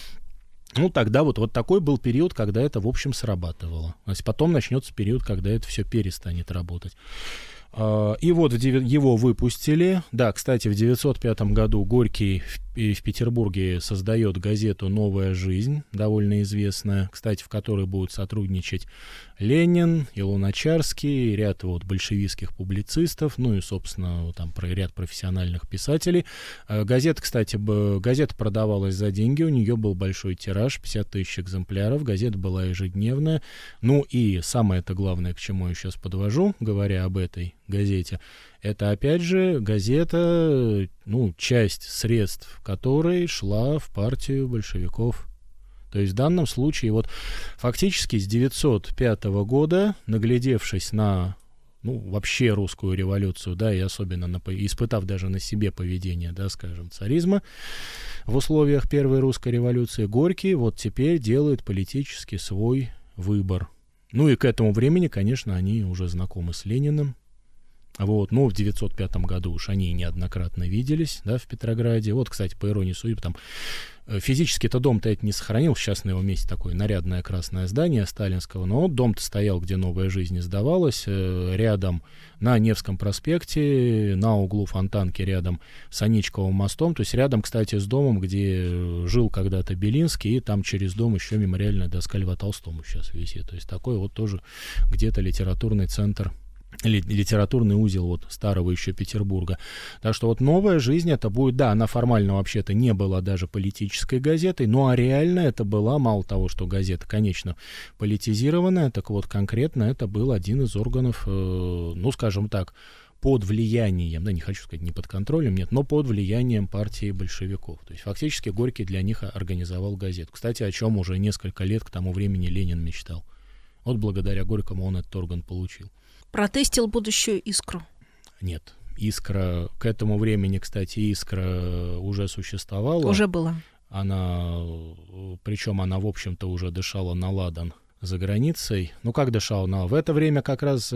Ну, тогда вот такой был период, когда это, в общем, срабатывало. То есть потом начнется период, когда это все перестанет работать. И вот его выпустили. Да, кстати, в 1905 году Горький в Петербурге создает газету «Новая жизнь», довольно известная, кстати, в которой будут сотрудничать Ленин, Луначарский, ряд вот большевистских публицистов, ну и, собственно, там ряд профессиональных писателей. Газета, кстати, газета продавалась за деньги, у нее был большой тираж, 50 тысяч экземпляров, газета была ежедневная. Ну и самое-то главное, к чему я сейчас подвожу, говоря об этой газете, это, опять же, газета, ну, часть средств которой шла в партию большевиков. То есть в данном случае вот фактически с 1905 года, наглядевшись на, ну, вообще русскую революцию, да, и особенно испытав даже на себе поведение, да, скажем, царизма в условиях Первой русской революции, Горький вот теперь делает политически свой выбор. Ну и к этому времени, конечно, они уже знакомы с Лениным. Вот, но в 1905 году уж они неоднократно виделись, да, в Петрограде. Вот, кстати, по иронии судьбы, там физически-то дом-то это не сохранил. Сейчас на его месте такое нарядное красное здание сталинского. Но вот дом-то стоял, где «Новая жизнь» издавалась, рядом на Невском проспекте, на углу Фонтанки, рядом с Аничковым мостом. То есть рядом, кстати, с домом, где жил когда-то Белинский, и там через дом еще мемориальная доска Льва Толстому сейчас висит. То есть такой вот тоже где-то литературный центр, литературный узел вот старого еще Петербурга. Так что вот «Новая жизнь» это будет, да, она формально вообще-то не была даже политической газетой, ну а реально это была, мало того, что газета, конечно, политизированная, так вот конкретно это был один из органов, ну, скажем так, под влиянием, да, не хочу сказать не под контролем, нет, но под влиянием партии большевиков. То есть фактически Горький для них организовал газету. Кстати, о чем уже несколько лет к тому времени Ленин мечтал. Вот благодаря Горькому он этот орган получил. Протестил будущую «Искру». Нет. «Искра» к этому времени, кстати, «Искра» уже существовала. Уже была. Причем она, в общем-то, уже дышала на ладан за границей. Ну, как дышала? В это время как раз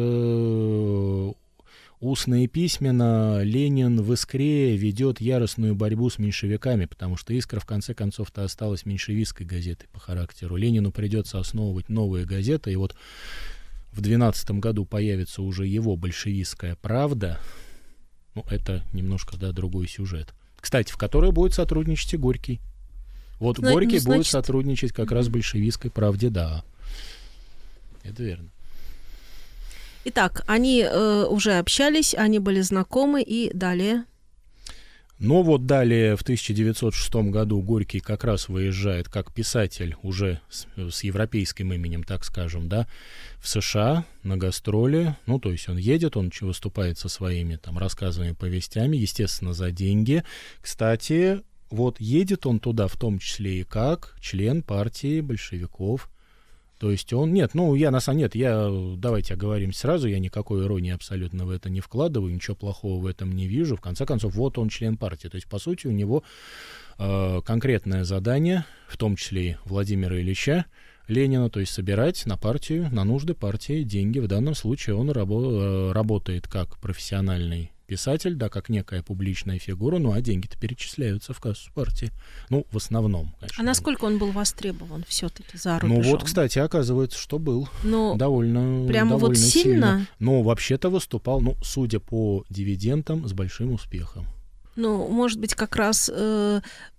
устно и письменно Ленин в «Искре» ведет яростную борьбу с меньшевиками, потому что «Искра» в конце концов-то осталась меньшевистской газетой по характеру. Ленину придется основывать новые газеты, и вот в 2012 году появится уже его большевистская «Правда». Ну, это немножко, да, другой сюжет. Кстати, в которой будет сотрудничать и Горький. Вот Горький будет сотрудничать как раз с большевистской «Правде», да. Это верно. Итак, они уже общались, они были знакомы, и далее... Но вот далее в 1906 году Горький как раз выезжает как писатель уже с европейским именем, так скажем, да, в США на гастроли. Ну, то есть он едет, он выступает со своими там рассказами, повестями, естественно, за деньги. Кстати, вот едет он туда в том числе и как член партии большевиков. То есть он... Давайте оговоримся сразу, я никакой иронии абсолютно в это не вкладываю, ничего плохого в этом не вижу. В конце концов, вот он член партии. То есть, по сути, у него конкретное задание, в том числе и Владимира Ильича Ленина, то есть собирать на партию, на нужды партии деньги. В данном случае он работает как профессиональный писатель, да, как некая публичная фигура, ну а деньги-то перечисляются в кассу партии. Ну, в основном, конечно. А насколько он был востребован все-таки за рубежом? Ну вот, кстати, оказывается, что был. Довольно вот сильно? Но вообще-то выступал, ну, судя по дивидендам, с большим успехом. Ну, может быть, как раз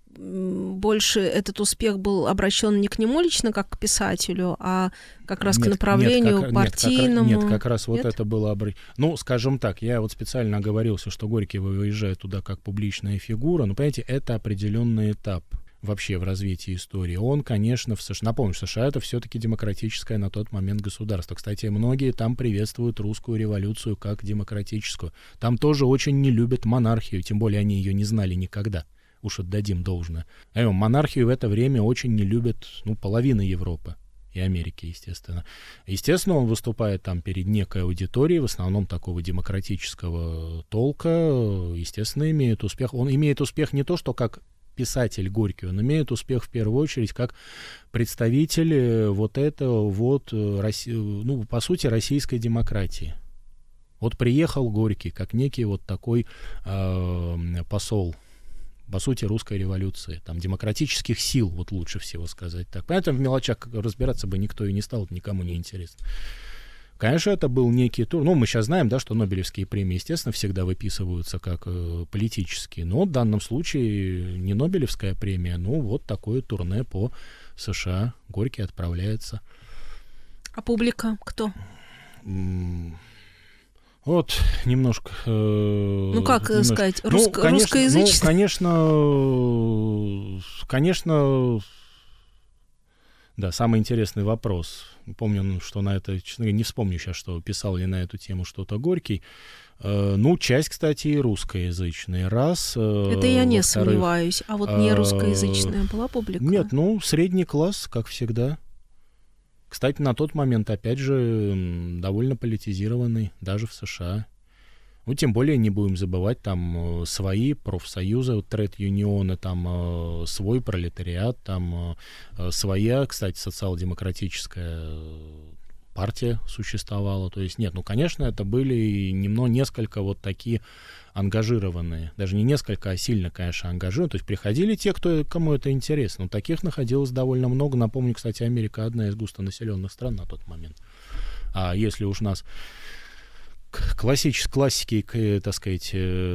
больше этот успех был обращен не к нему лично, как к писателю, а как раз к направлению партийному? Нет, как раз вот это было... Ну, скажем так, я вот специально оговорился, что Горький выезжает туда как публичная фигура, но, понимаете, это определенный этап вообще в развитии истории. Он, конечно, в США... Напомню, США — это все-таки демократическое на тот момент государство. Кстати, многие там приветствуют русскую революцию как демократическую. Там тоже очень не любят монархию, тем более они ее не знали никогда. Уж отдадим должное. Монархию в это время очень не любят, половина Европы и Америки, естественно. Естественно, он выступает там перед некой аудиторией, в основном такого демократического толка, естественно, имеет успех. Он имеет успех не то, что как писатель Горький, он имеет успех в первую очередь как представитель вот этого по сути, российской демократии. Вот приехал Горький как некий вот такой посол, по сути, русской революции, там, демократических сил, вот лучше всего сказать так. Поэтому в мелочах разбираться бы никто и не стал, это никому не интересно. Конечно, это был некий тур. Мы сейчас знаем, да, что Нобелевские премии, естественно, всегда выписываются как политические, но в данном случае не Нобелевская премия, вот такое турне по США. Горький отправляется. А публика кто? Вот немножко... сказать, русскоязычный? Конечно, да, самый интересный вопрос. Помню, что на это, честно говоря, не вспомню сейчас, что писал ли на эту тему что-то Горький. Часть, кстати, и русскоязычная. Это я не сомневаюсь. А вот не русскоязычная была публика? Нет, средний класс, как всегда. Кстати, на тот момент, опять же, довольно политизированный, даже в США. Тем более не будем забывать, там свои профсоюзы, тред-юнионы, там свой пролетариат, там своя, кстати, социал-демократическая партия существовала. То есть нет, конечно, это были несколько вот такие ангажированные, даже не несколько, а сильно, конечно, ангажированные. То есть приходили те, кому это интересно. Таких находилось довольно много. Напомню, кстати, Америка одна из густонаселенных стран на тот момент. А если уж нас классики, так сказать,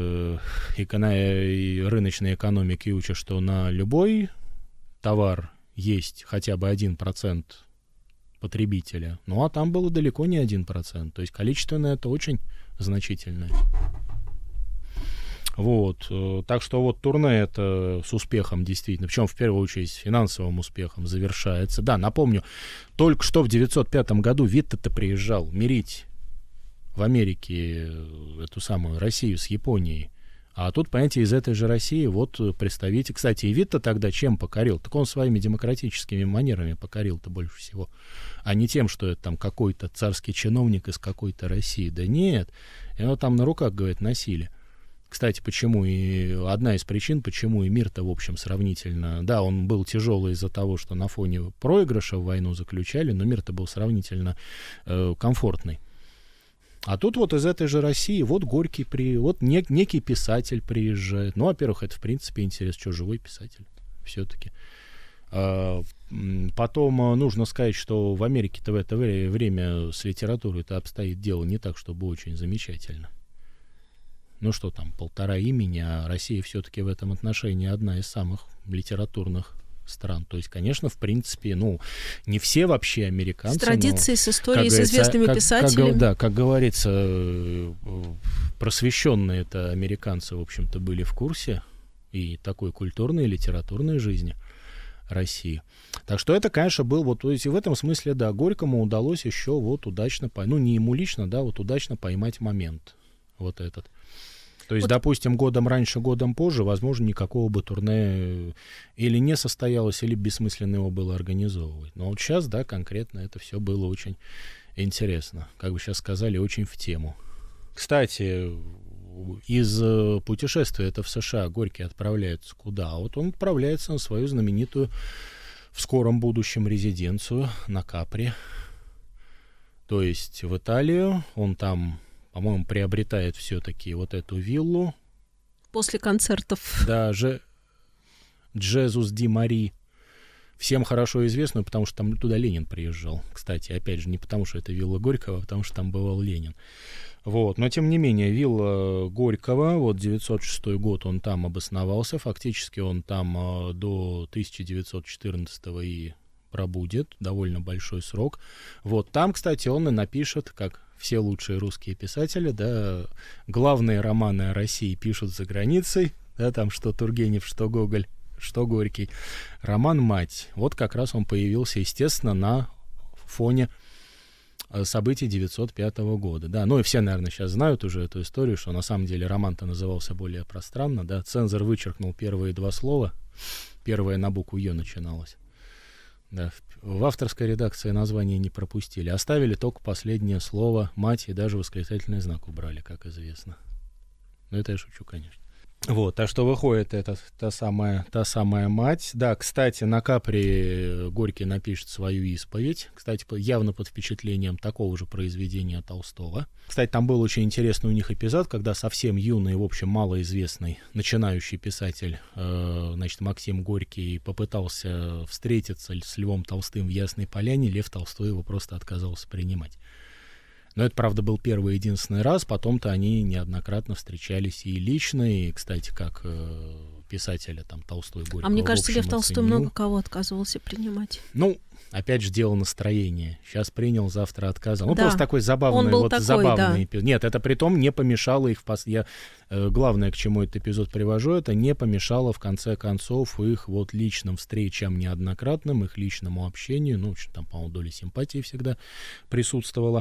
рыночной экономики учат, что на любой товар есть хотя бы 1% потребителя. А там было далеко не 1%. То есть количественно это очень значительное. Так что турне это с успехом действительно, причем в первую очередь с финансовым успехом завершается. Да, напомню, только что в 1905 году Витте-то приезжал мирить в Америке эту самую Россию с Японией. А тут, понимаете, из этой же России представитель... Кстати, и Витте тогда чем покорил? Так он своими демократическими манерами покорил-то больше всего. А не тем, что это там какой-то царский чиновник из какой-то России. Да нет, его там на руках, говорит, носили. Кстати, почему и одна из причин, почему и мир-то, в общем, сравнительно... Да, он был тяжелый из-за того, что на фоне проигрыша в войну заключали, но мир-то был сравнительно комфортный. А тут из этой же России Горький, некий писатель приезжает. Во-первых, это, в принципе, интересно, что живой писатель все-таки. Потом нужно сказать, что в Америке-то в это время с литературой-то обстоит дело не так, чтобы очень замечательно. Что там, 1,5 имени, а Россия все-таки в этом отношении одна из самых литературных стран. То есть, конечно, в принципе, не все вообще американцы. С традицией, с историей, с известными писателями. Как говорится, просвещенные это американцы, в общем-то, были в курсе и такой культурной и литературной жизни России. Так что это, конечно, был то есть в этом смысле, да, Горькому удалось еще удачно, не ему лично, да, удачно поймать момент этот. То есть, допустим, годом раньше, годом позже, возможно, никакого бы турне или не состоялось, или бессмысленно его было организовывать. Но сейчас, да, конкретно это все было очень интересно. Как бы сейчас сказали, очень в тему. Кстати, из путешествия в США Горький отправляется куда? Он отправляется на свою знаменитую в скором будущем резиденцию на Капри. То есть в Италию. Он там, по-моему, приобретает все-таки эту виллу. После концертов. Да, Джезус Ди Мари. всем хорошо известную, потому что там туда Ленин приезжал. Кстати, опять же, не потому что это вилла Горького, а потому что там бывал Ленин. Вот. Но, тем не менее, вилла Горького, вот 906 год он там обосновался, фактически он там до 1914 и пробудет, довольно большой срок. Вот там, кстати, он и напишет, как все лучшие русские писатели, да, главные романы о России пишут за границей, да, там что Тургенев, что Гоголь, что Горький. Роман «Мать». Вот как раз он появился, естественно, на фоне событий 905 года. Да, ну и все, наверное, сейчас знают уже эту историю, что на самом деле роман-то назывался более пространно, да. Цензор вычеркнул первые два слова, первое на букву «Ё» начиналось. Да, в авторской редакции название не пропустили. Оставили только последнее слово «мать» и даже восклицательный знак убрали, как известно. Но это я шучу, конечно. Вот, а что выходит, это та самая мать. Да, кстати, на Капри Горький напишет свою исповедь. Кстати, явно под впечатлением такого же произведения Толстого. Кстати, там был очень интересный у них эпизод, когда совсем юный, в общем, малоизвестный начинающий писатель, значит, Максим Горький попытался встретиться с Львом Толстым в Ясной Поляне. Лев Толстой его просто отказался принимать. Но это, правда, был первый и единственный раз. Потом-то они неоднократно встречались и лично, и, кстати, как писателя там Толстой, Горького. А мне кажется, Лев Толстой оценил. много кого отказывался принимать. Ну, опять же, дело настроения. Сейчас принял, завтра отказал. Ну, да. просто такой забавный, Он был вот такой, забавный да. эпизод. Нет, это притом не помешало их... Главное, к чему этот эпизод привожу, это не помешало, в конце концов, их вот личным встречам неоднократным, их личному общению. Ну, там, по-моему, доля симпатии всегда присутствовала.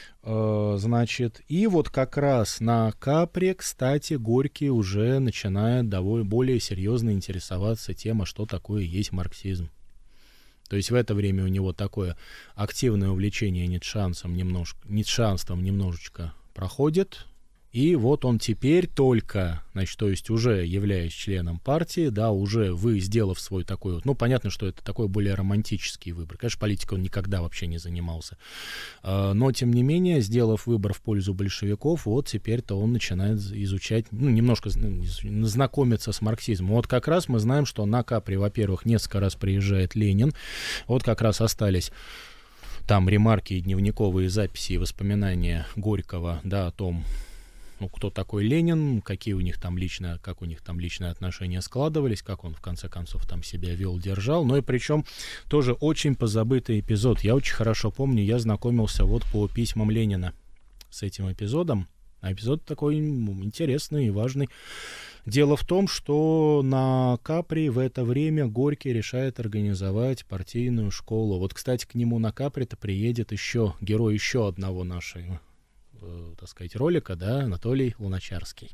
Значит, и вот как раз на Капри, кстати, Горький уже начинает более серьезно интересоваться тем, что такое есть марксизм. То есть в это время у него такое активное увлечение ницшеанством немножечко проходит. И вот он теперь только, значит, то есть уже являясь членом партии, да, уже сделав свой такой вот, ну, понятно, что это такой более романтический выбор. Конечно, политикой он никогда вообще не занимался. Но, тем не менее, сделав выбор в пользу большевиков, вот теперь-то он начинает изучать, ну, немножко знакомиться с марксизмом. Вот как раз мы знаем, что на Капри, во-первых, несколько раз приезжает Ленин. Вот как раз остались там ремарки и дневниковые записи и воспоминания Горького, да, о том, ну, кто такой Ленин, как у них там личные отношения складывались, как он в конце концов там себя вел, держал. Ну и причем тоже очень позабытый эпизод. Я очень хорошо помню, я знакомился вот по письмам Ленина с этим эпизодом. А эпизод такой интересный и важный. Дело в том, что на Капри в это время Горький решает организовать партийную школу. Вот, кстати, к нему на Капри-то приедет герой еще одного нашего, так сказать, ролика, да, Анатолий Луначарский.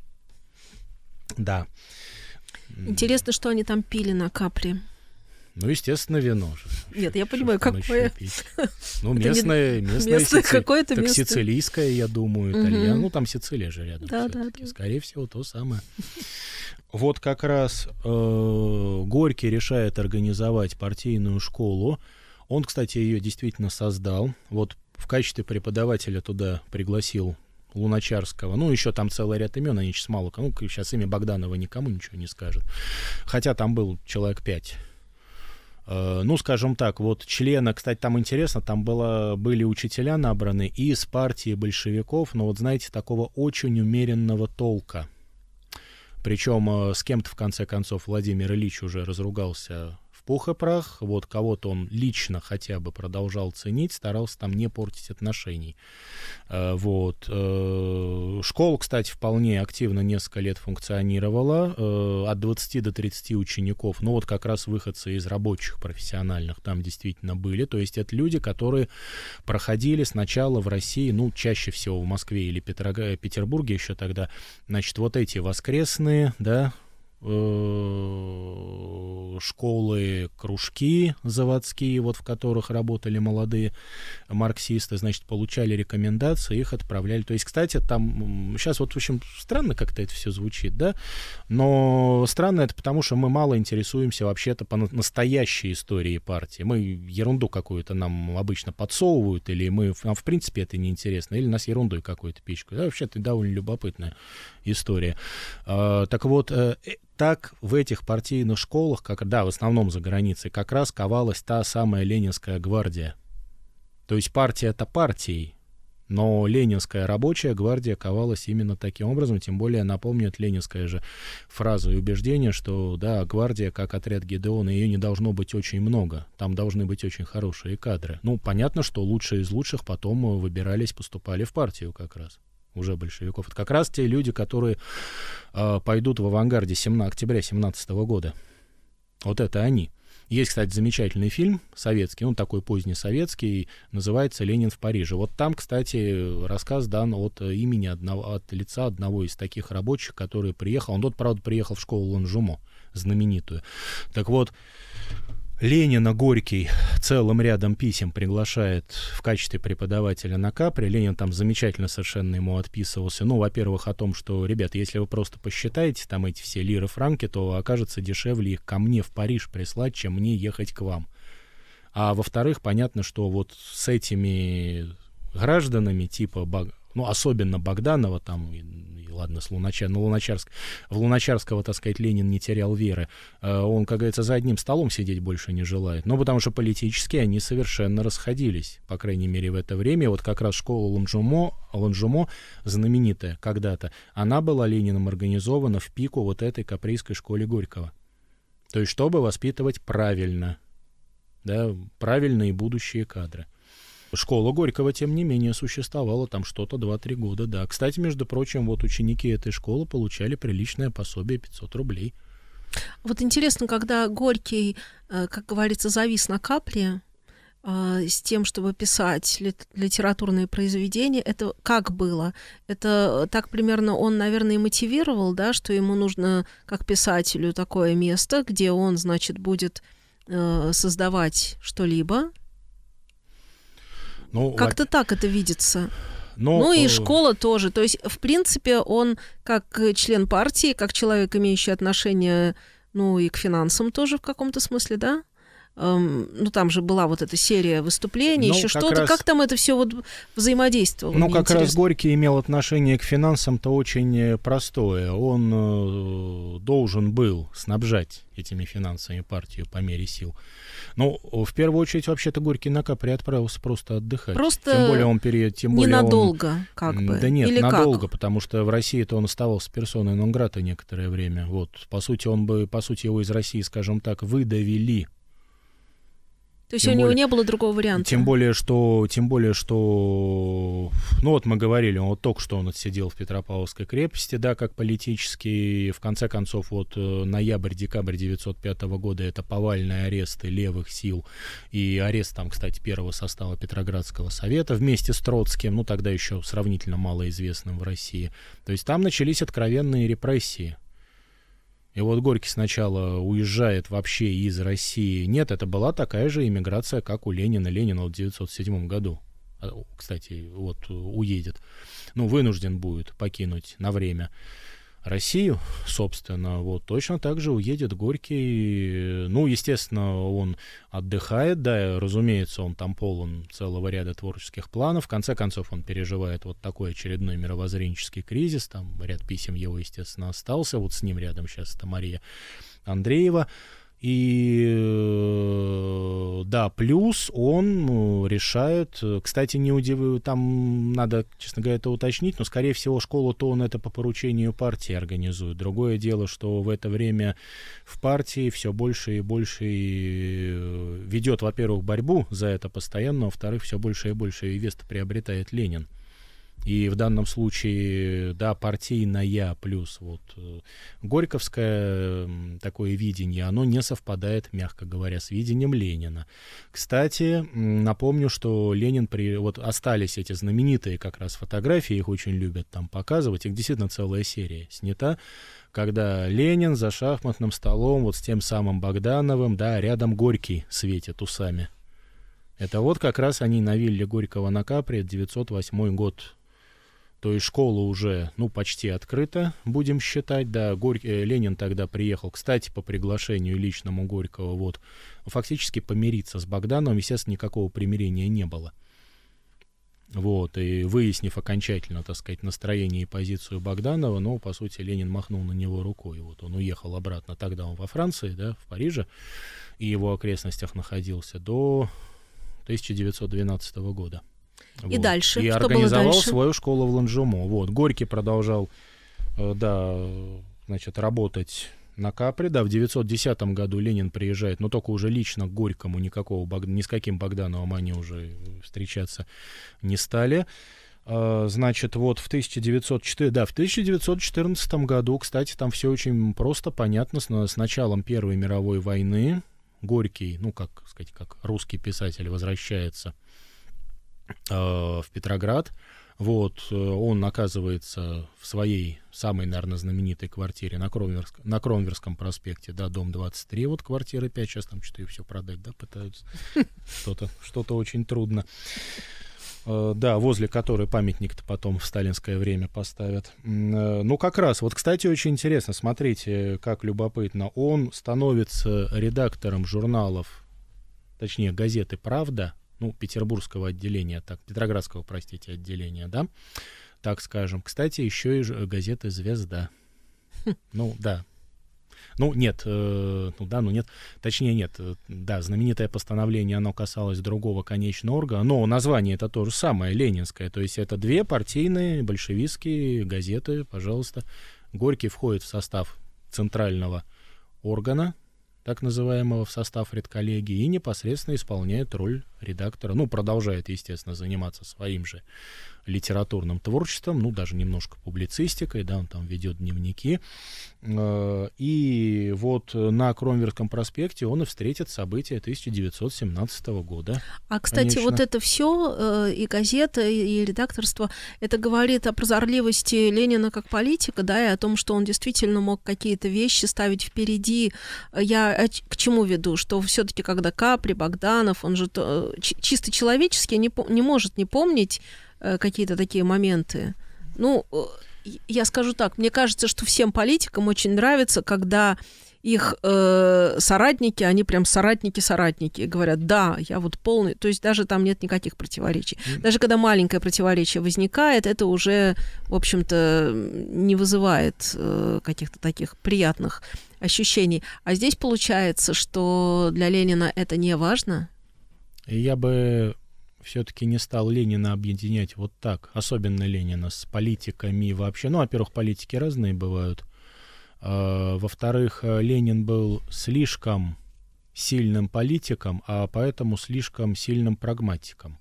Да. Интересно, что они там пили на Капри. Ну, естественно, вино же. Нет, я понимаю, какое. Ну, местное какое-то так место. Сицилийское, я думаю, итальянское. Ну, там Сицилия же рядом. Да. Скорее всего, то самое. Вот как раз Горький решает организовать партийную школу. Он, кстати, ее действительно создал. Вот в качестве преподавателя туда пригласил Луначарского. Ну, еще там целый ряд имен, они сейчас мало кому. Ну, сейчас имя Богданова никому ничего не скажет. Хотя там был человек 5. Ну, скажем так, вот члены, кстати, там интересно, там были учителя набраны и из партии большевиков, но вот, знаете, такого очень умеренного толка. Причем с кем-то, в конце концов, Владимир Ильич уже разругался в пух и прах. Вот кого-то он лично хотя бы продолжал ценить, старался там не портить отношений. Вот. Школа, кстати, вполне активно несколько лет функционировала. От 20 до 30 учеников. Ну вот как раз выходцы из рабочих профессиональных там действительно были. То есть это люди, которые проходили сначала в России, ну чаще всего в Москве или Петербурге еще тогда, значит, вот эти воскресные, да, школы, кружки заводские, вот в которых работали молодые марксисты, значит, получали рекомендации, их отправляли. То есть, кстати, там сейчас вот, в общем, странно как-то это все звучит, да, но странно это потому, что мы мало интересуемся вообще-то по настоящей истории партии. Мы ерунду какую-то нам обычно подсовывают, или нам в принципе это неинтересно, или нас ерундой какой-то пичкают. Да, вообще-то довольно любопытная история. Так вот, так в этих партийных школах, в основном за границей, как раз ковалась та самая Ленинская гвардия. То есть партия-то партией, но Ленинская рабочая гвардия ковалась именно таким образом, тем более напомнит ленинская же фраза и убеждение, что, да, гвардия, как отряд Гедеона, ее не должно быть очень много, там должны быть очень хорошие кадры. Ну, понятно, что лучшие из лучших потом выбирались, поступали в партию как раз. Уже большевиков. Это как раз те люди, которые пойдут в авангарде октября 17 года. Вот это они. Есть, кстати, замечательный фильм советский, такой поздний советский, называется «Ленин в Париже». Вот там, кстати, рассказ дан от лица одного из таких рабочих, который приехал. Он правда, приехал в школу Ланжумо, знаменитую. Так вот, Ленина Горький целым рядом писем приглашает в качестве преподавателя на Капри. Ленин там замечательно совершенно ему отписывался. Во-первых, о том, что, ребят, если вы просто посчитаете там эти все лиры, франки, то окажется дешевле их ко мне в Париж прислать, чем мне ехать к вам. А во-вторых, понятно, что вот с этими гражданами типа, особенно Богданова там, ладно, с в Луначарского, так сказать, Ленин не терял веры. Он, как говорится, за одним столом сидеть больше не желает. Потому что политически они совершенно расходились, по крайней мере, в это время. Вот как раз школа Ланжумо, знаменитая когда-то, она была Лениным организована в пику вот этой каприйской школе Горького. То есть, чтобы воспитывать правильно, да, правильные будущие кадры. Школа Горького, тем не менее, существовала там что-то 2-3 года, да. Кстати, между прочим, вот ученики этой школы получали приличное пособие 500 рублей. Вот интересно, когда Горький, как говорится, завис на Капри с тем, чтобы писать литературные произведения, это как было? Это так примерно он, наверное, и мотивировал, да, что ему нужно, как писателю, такое место, где он, значит, будет создавать что-либо. Как-то так это видится. И школа тоже. То есть, в принципе, он как член партии, как человек, имеющий отношение, и к финансам тоже в каком-то смысле, да? Там же была вот эта серия выступлений, еще что-то. Как там это все вот взаимодействовало? Как раз Горький имел отношение к финансам-то очень простое. Он должен был снабжать этими финансами партию по мере сил. В первую очередь, вообще-то, Горький на Капри отправился просто отдыхать. Просто тем более он ненадолго, как бы? Да нет, или надолго, как? Потому что в России-то он оставался персоной нон-грата некоторое время. По сути, его из России, скажем так, выдавили. То есть у него не было другого варианта? Тем более, что мы говорили, только что он отсидел в Петропавловской крепости, да, как политический. В конце концов, ноябрь-декабрь 1905 года — это повальные аресты левых сил и арест там, кстати, первого состава Петроградского совета вместе с Троцким, тогда еще сравнительно малоизвестным в России. То есть там начались откровенные репрессии. И Горький сначала уезжает вообще из России. Нет, это была такая же иммиграция, как у Ленина. Ленин в 1907 году, кстати, уедет. Вынужден будет покинуть на время Россию, собственно. Точно так же уедет Горький. Естественно, он отдыхает, да, разумеется, он там полон целого ряда творческих планов. В конце концов, он переживает такой очередной мировоззренческий кризис. Там ряд писем его, естественно, остался. С ним рядом сейчас это Мария Андреева. И да, плюс он решает, кстати, там надо, честно говоря, это уточнить, но, скорее всего, школу-то он это по поручению партии организует. Другое дело, что в это время в партии все больше и больше ведет, во-первых, борьбу за это постоянно, во-вторых, все больше и больше вес приобретает Ленин. И в данном случае, да, партийная плюс горьковское такое видение, оно не совпадает, мягко говоря, с видением Ленина. Кстати, напомню, что Ленин остались эти знаменитые как раз фотографии, их очень любят там показывать, их действительно целая серия снята, когда Ленин за шахматным столом с тем самым Богдановым, да, рядом Горький светит усами. Это как раз они на вилле Горького на Капри, 1908 год. То есть школа уже, почти открыта, будем считать, да. Ленин тогда приехал, кстати, по приглашению личному Горького, фактически помириться с Богдановым. Естественно, никакого примирения не было. Вот, и выяснив окончательно, так сказать, настроение и позицию Богданова, ну, по сути, Ленин махнул на него рукой. Вот он уехал обратно, тогда он во Франции, да, в Париже, и его окрестностях находился до 1912 года. И вот. дальше? И что организовал было дальше? свою школу в Ланжумо. Вот. Горький продолжал, значит, работать на Капри. Да, в 1910 году Ленин приезжает, но только уже лично к Горькому, ни с каким Богдановым они уже встречаться не стали. Значит, вот в 1914 году, кстати, там все очень просто, понятно, с началом Первой мировой войны Горький, ну, как сказать, как русский писатель возвращается в Петроград. Вот, он оказывается в своей самой, наверное, знаменитой квартире на Кромверском проспекте, да, дом 23, вот квартира 5, сейчас там что-то все продать, да, пытаются, что-то очень трудно. Да, возле которой памятник-то потом в сталинское время поставят. Ну, как раз, вот, кстати, очень интересно, смотрите, как любопытно, он становится редактором журналов, точнее, газеты «Правда», ну, петербургского отделения, так, петроградского, простите, отделения, да, так скажем. Кстати, еще и газеты «Звезда». Ну, да. Ну, нет, нет, точнее, нет, да, знаменитое постановление, оно касалось другого конечного органа, но название это то же самое, ленинское, то есть это две партийные большевистские газеты, пожалуйста. Горький входит в состав центрального органа, так называемого, в состав редколлегии, и непосредственно исполняет роль редактора. Ну, продолжает, естественно, заниматься своим же литературным творчеством, ну, даже немножко публицистикой, да, он там ведет дневники. И вот на Кромверском проспекте он и встретит события 1917 года. А, кстати, конечно, вот это все, и газета, и редакторство, это говорит о прозорливости Ленина как политика, да, и о том, что он действительно мог какие-то вещи ставить впереди. Я к чему веду? Что все-таки, когда Капри, Богданов, он же чисто человечески не может не помнить какие-то такие моменты. Ну, я скажу так, мне кажется, что всем политикам очень нравится, когда их соратники, они прям соратники, говорят, да, я вот полный, то есть даже там нет никаких противоречий. Даже когда маленькое противоречие возникает, это уже, в общем-то, не вызывает каких-то таких приятных ощущений. А здесь получается, что для Ленина это не важно? Я бы все-таки не стал Ленина объединять вот так, особенно Ленина, с политиками вообще. Ну, во-первых, политики разные бывают. Во-вторых, Ленин был слишком сильным политиком, а поэтому слишком сильным прагматиком.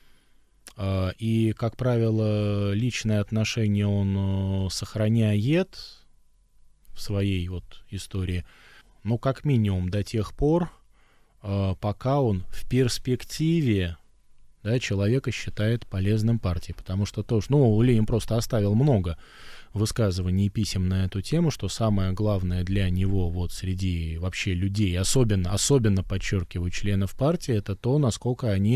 И, как правило, личные отношения он сохраняет в своей вот истории, ну, как минимум до тех пор, пока он в перспективе, да, человека считает полезным партии, потому что тоже, ну, Ленин просто оставил много высказываний и писем на эту тему, что самое главное для него вот среди вообще людей, особенно подчеркиваю, членов партии, это то, насколько они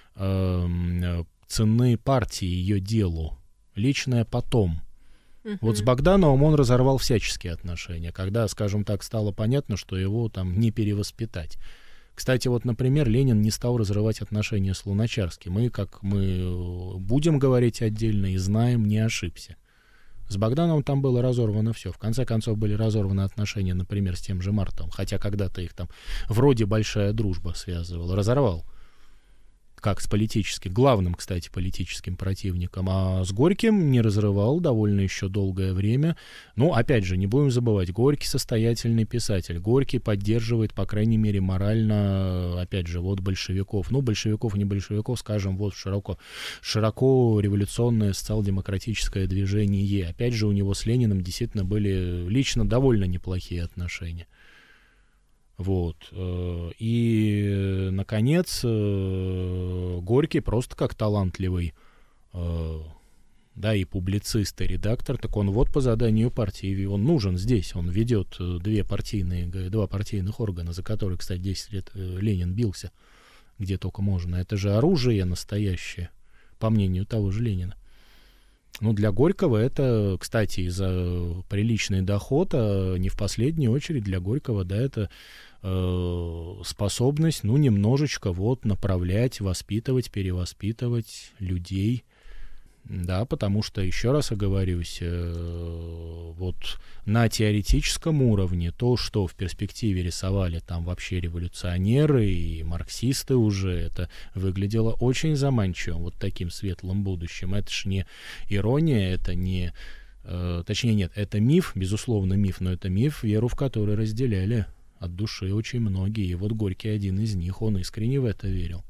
ценны партии, ее делу, личное потом. Вот с Богдановым он разорвал всяческие отношения, когда, скажем так, стало понятно, что его там не перевоспитать. Кстати, вот, например, Ленин не стал разрывать отношения с Луначарским. И, как мы будем говорить отдельно и знаем, не ошибся. С Богдановым там было разорвано все. В конце концов, были разорваны отношения, например, с тем же Мартовым. Хотя когда-то их там вроде большая дружба связывала. Разорвал. Как с главным, кстати, политическим противником. А с Горьким не разрывал довольно еще долгое время. Ну, опять же, не будем забывать, Горький состоятельный писатель. Горький поддерживает, по крайней мере, морально, опять же, вот большевиков. Ну, большевиков, не большевиков, скажем, вот широко революционное социал-демократическое движение. Опять же, у него с Лениным действительно были лично довольно неплохие отношения. Вот. И, наконец, Горький просто как талантливый, да, и публицист, и редактор, так он вот по заданию партии, он нужен здесь, он ведет два партийных органа, за которые, кстати, 10 лет Ленин бился, где только можно. Это же оружие настоящее, по мнению того же Ленина. Ну, для Горького это, кстати, из-за приличный доход, а не в последнюю очередь для Горького, да, это способность, ну, немножечко вот направлять, воспитывать, перевоспитывать людей. Да, потому что, еще раз оговорюсь, вот на теоретическом уровне то, что в перспективе рисовали там вообще революционеры и марксисты уже, это выглядело очень заманчиво, вот таким светлым будущим. Это ж не ирония, это не... точнее, нет, это миф, безусловно, миф, но это миф, веру в который разделяли от души очень многие. И вот Горький один из них, он искренне в это верил.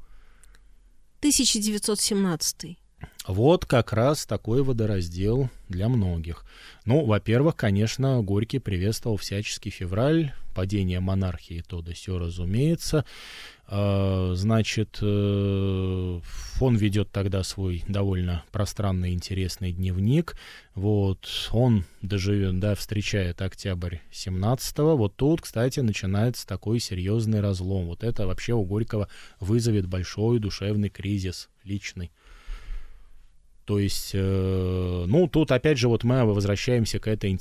1917. Вот как раз такой водораздел для многих. Ну, во-первых, конечно, Горький приветствовал всячески февраль, падение монархии, то да сё, разумеется. Значит, он ведет тогда свой довольно пространный, интересный дневник. Вот, он доживет, да, встречает октябрь 17-го. Вот тут, кстати, начинается такой серьезный разлом. Вот это вообще у Горького вызовет большой душевный кризис личный. То есть, ну, тут опять же вот мы возвращаемся к этой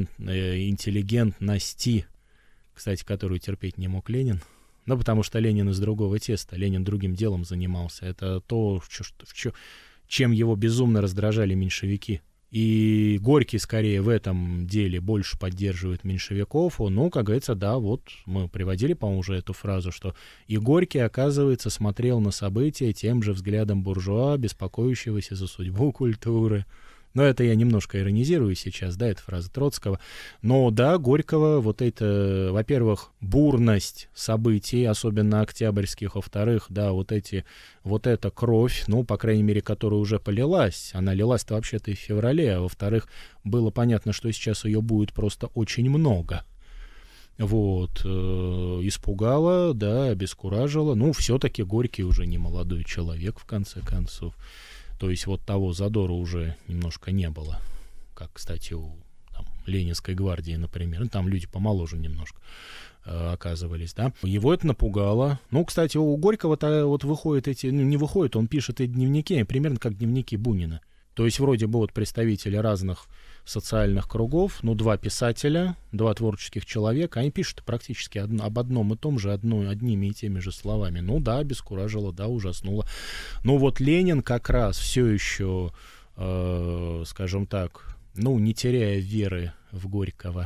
интеллигентности, кстати, которую терпеть не мог Ленин. Ну, потому что Ленин из другого теста, Ленин другим делом занимался. Это то, чем его безумно раздражали меньшевики. И Горький скорее в этом деле больше поддерживает меньшевиков. Ну, как говорится, да, вот мы приводили, по-моему, уже эту фразу, что и Горький, оказывается, смотрел на события тем же взглядом буржуа, беспокоящегося за судьбу культуры. Но это я немножко иронизирую сейчас, да, это фраза Троцкого. Но да, Горького вот это, во-первых, бурность событий, особенно октябрьских, во-вторых, да, вот эта кровь, ну, по крайней мере, которая уже полилась, она лилась-то вообще-то и в феврале, а во-вторых, было понятно, что сейчас ее будет просто очень много. Вот, испугала, да, обескуражила. Ну, все-таки Горький уже не молодой человек, в конце концов. То есть вот того задора уже немножко не было, как, кстати, у там, Ленинской гвардии, например. Там люди помоложе немножко оказывались, да. Его это напугало. Ну, кстати, у Горького-то вот выходят не выходит, он пишет эти дневники, примерно как дневники Бунина. То есть вроде бы вот представители разных социальных кругов, ну, два писателя, два творческих человека, они пишут практически об одном и том же, одними и теми же словами. Ну да, обескуражило, да, ужаснуло. Но вот Ленин как раз все еще, скажем так, ну, не теряя веры в Горького,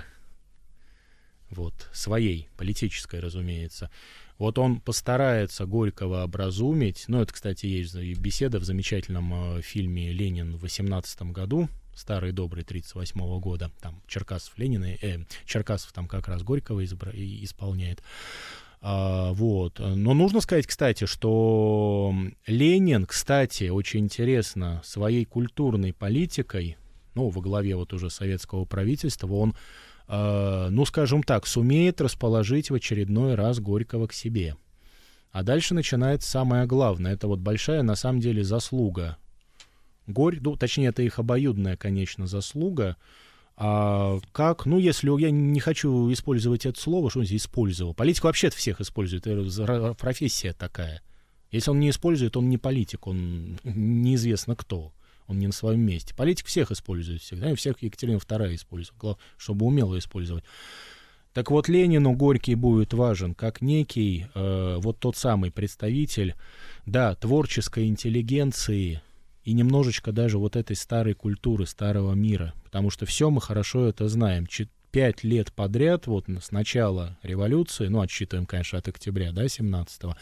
вот, своей, политической, разумеется, вот он постарается Горького образумить. Ну, это, кстати, есть беседа в замечательном фильме «Ленин» в 18 году, старый добрый 1938 года. Там Черкасов Черкасов там как раз Горького исполняет. Вот. Но нужно сказать, кстати, что Ленин, кстати, очень интересно, своей культурной политикой, ну, во главе вот уже советского правительства, он, ну, скажем так, сумеет расположить в очередной раз Горького к себе. А дальше начинается самое главное. Это вот большая, на самом деле, заслуга ну, точнее, это их обоюдная, конечно, заслуга. Как, ну, если я не хочу использовать это слово, что он здесь использовал? Политик вообще-то всех использует, это профессия такая. Если он не использует, он не политик, он неизвестно кто. Он не на своем месте. Политик всех использует всегда, и всех Екатерина II использовала, чтобы умело использовать. Так вот, Ленину Горький будет важен как некий, вот тот самый представитель, да, творческой интеллигенции и немножечко даже вот этой старой культуры, старого мира. Потому что все мы хорошо это знаем. 5 лет подряд, вот с начала революции, ну, отсчитываем, конечно, от октября, да, 17-го,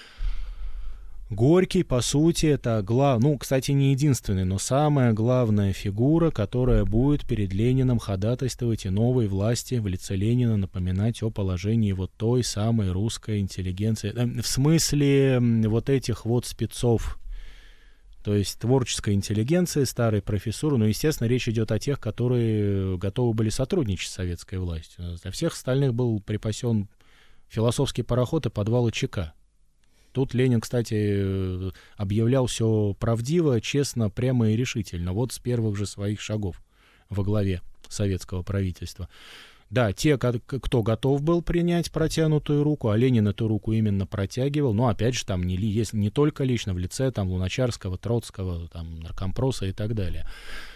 Горький, по сути, это ну, кстати, не единственный, но самая главная фигура, которая будет перед Лениным ходатайствовать и новой власти в лице Ленина напоминать о положении вот той самой русской интеллигенции. В смысле вот этих вот спецов, то есть творческой интеллигенции, старой профессуры. Но, естественно, речь идет о тех, которые готовы были сотрудничать с советской властью. Для всех остальных был припасен философский пароход и подвалы ЧК. Тут Ленин, кстати, объявлял все правдиво, честно, прямо и решительно. Вот с первых же своих шагов во главе советского правительства. Да, те, кто готов был принять протянутую руку, а Ленин эту руку именно протягивал, но опять же там есть не только лично в лице там Луначарского, Троцкого, там Наркомпроса и так далее.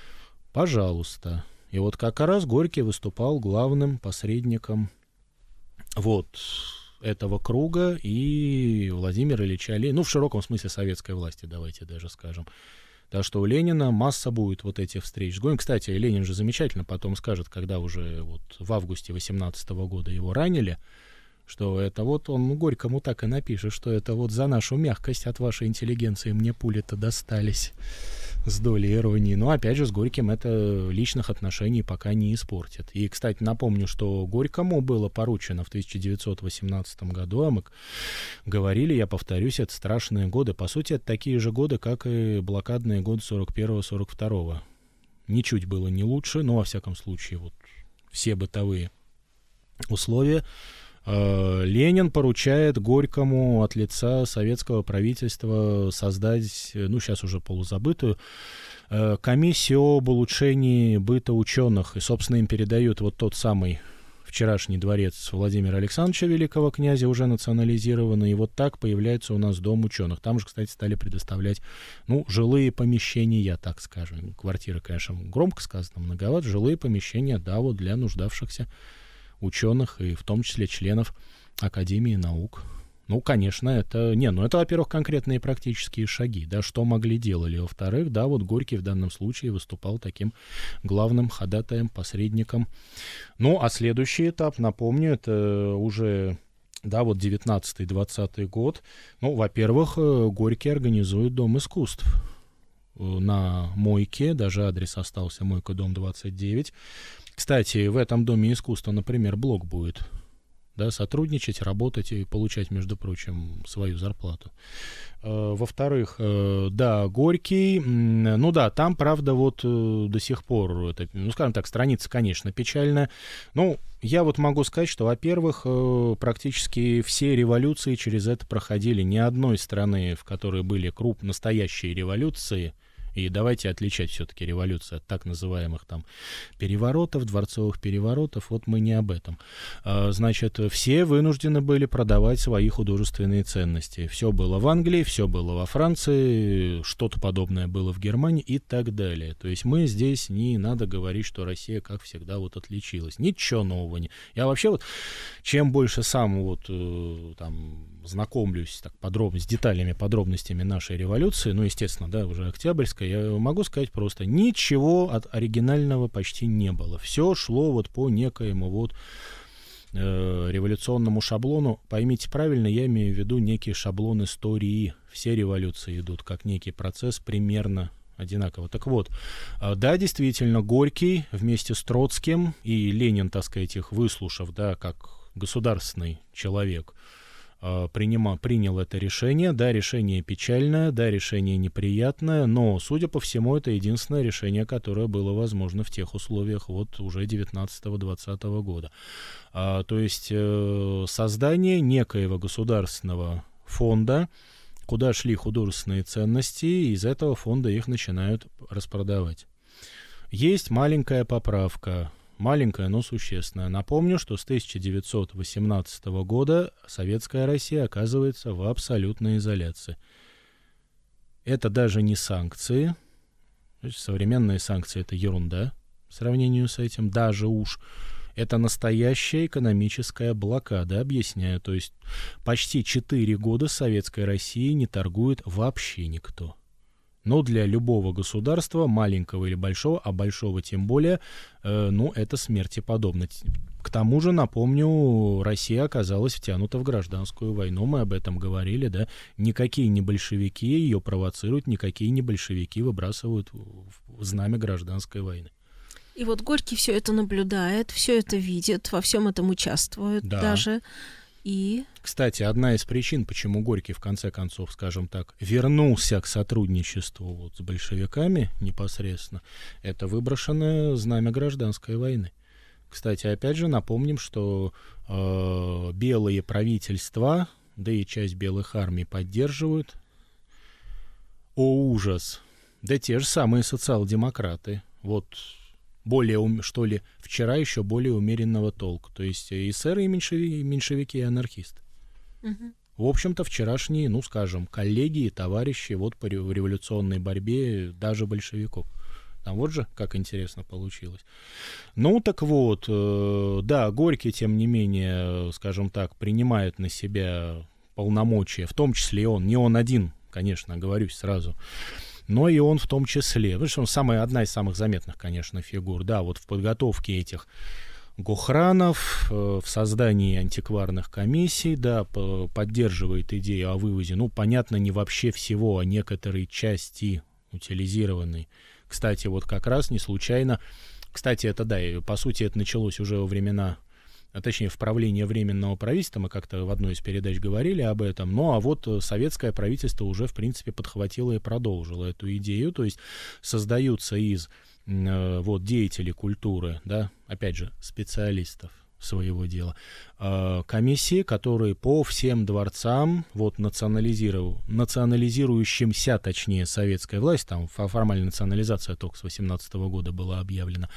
Пожалуйста. И вот как раз Горький выступал главным посредником вот этого круга и Владимира Ильича Ленина, ну, в широком смысле советской власти, давайте даже скажем. Так что у Ленина масса будет вот этих встреч с Горьким. Кстати, Ленин же замечательно потом скажет, когда уже вот в августе 18 года его ранили, что это вот он Горькому так и напишет, что это вот за нашу мягкость от вашей интеллигенции мне пули-то достались с долей иронии. Но опять же с Горьким это личных отношений пока не испортит. И, кстати, напомню, что Горькому было поручено в 1918 году, а мы говорили, я повторюсь, это страшные годы. По сути, это такие же годы, как и блокадные годы 41-42. Ничуть было не лучше, но, во всяком случае, вот все бытовые условия. Ленин поручает Горькому от лица советского правительства создать, ну, сейчас уже полузабытую, комиссию об улучшении быта ученых. И, собственно, им передают вот тот самый вчерашний дворец Владимира Александровича, великого князя, уже национализированный. И вот так появляется у нас Дом ученых. Там же, кстати, стали предоставлять, ну, жилые помещения, так скажем. Квартиры, конечно, громко сказано, многовато. Жилые помещения, да, вот для нуждавшихся ученых и в том числе членов Академии наук. Ну, конечно, это... это, во-первых, конкретные практические шаги, да, что могли делали. Во-вторых, да, вот Горький в данном случае выступал таким главным ходатаем, посредником. Ну, а следующий этап, напомню, это уже, да, вот 19-20 год. Ну, во-первых, Горький организует Дом искусств на Мойке, даже адрес остался, Мойка, дом 29. Кстати, в этом Доме искусства, например, Блок будет, да, сотрудничать, работать и получать, между прочим, свою зарплату. Во-вторых, да, Горький, ну да, там, правда, вот до сих пор, это, ну, скажем так, страница, конечно, печальная. Ну, я вот могу сказать, что, во-первых, практически все революции через это проходили. Ни одной страны, в которой были настоящие революции, и давайте отличать все-таки революцию от так называемых там переворотов, дворцовых переворотов. Вот мы не об этом. Значит, все вынуждены были продавать свои художественные ценности. Все было в Англии, все было во Франции, что-то подобное было в Германии и так далее. То есть мы здесь не надо говорить, что Россия, как всегда, вот отличилась. Ничего нового не. Я вообще вот, чем больше сам вот там знакомлюсь так подробно с деталями, подробностями нашей революции, ну, естественно, да, уже Октябрьская, я могу сказать просто, ничего от оригинального почти не было. Все шло вот по некоему вот революционному шаблону. Поймите правильно, я имею в виду некий шаблон истории. Все революции идут как некий процесс примерно одинаково. Так вот, да, действительно, Горький вместе с Троцким и Ленин, так сказать, их выслушав, да, как государственный человек, принял это решение. Да, решение печальное, да, решение неприятное, но, судя по всему, это единственное решение, которое было возможно в тех условиях вот уже 19-20 года. То есть создание некоего государственного фонда, куда шли художественные ценности, и из этого фонда их начинают распродавать. Есть маленькая поправка. Маленькая, но существенная. Напомню, что с 1918 года Советская Россия оказывается в абсолютной изоляции. Это даже не санкции. Современные санкции — это ерунда в сравнении с этим. Даже уж. Это настоящая экономическая блокада, объясняю. То есть почти 4 года Советской России не торгует вообще никто. Но для любого государства, маленького или большого, а большого тем более, ну, это смерти подобно. К тому же, напомню, Россия оказалась втянута в гражданскую войну, мы об этом говорили, да, никакие не большевики ее провоцируют, никакие не большевики выбрасывают в знамя гражданской войны. И вот Горький все это наблюдает, все это видит, во всем этом участвует, да. Даже. И... Кстати, одна из причин, почему Горький, в конце концов, скажем так, вернулся к сотрудничеству вот с большевиками непосредственно, это выброшенное знамя гражданской войны. Кстати, опять же, напомним, что белые правительства, да и часть белых армий поддерживают, о ужас, да те же самые социал-демократы, вот... более, что ли, вчера еще более умеренного толка. То есть и эсеры, и меньшевики, и анархисты. Угу. В общем-то, вчерашние, ну, скажем, коллеги и товарищи вот по революционной борьбе даже большевиков. Там вот же как интересно получилось. Ну, так вот, да, Горький, тем не менее, скажем так, принимает на себя полномочия, в том числе и он, не он один, конечно, оговорюсь сразу, но и он в том числе, потому что он одна из самых заметных, конечно, фигур, да, вот в подготовке этих Гохранов, в создании антикварных комиссий, да, поддерживает идею о вывозе, ну, понятно, не вообще всего, а некоторой части утилизированной. Кстати, вот как раз не случайно, кстати, это да, и по сути это началось уже во времена, а точнее в правлении Временного правительства, мы как-то в одной из передач говорили об этом, ну а вот советское правительство уже в принципе подхватило и продолжило эту идею, то есть создаются из вот деятелей культуры, да, опять же, специалистов своего дела, комиссии, которые по всем дворцам, вот национализирующимся, точнее, советская власть, там формальная национализация только с 18 года была объявлена,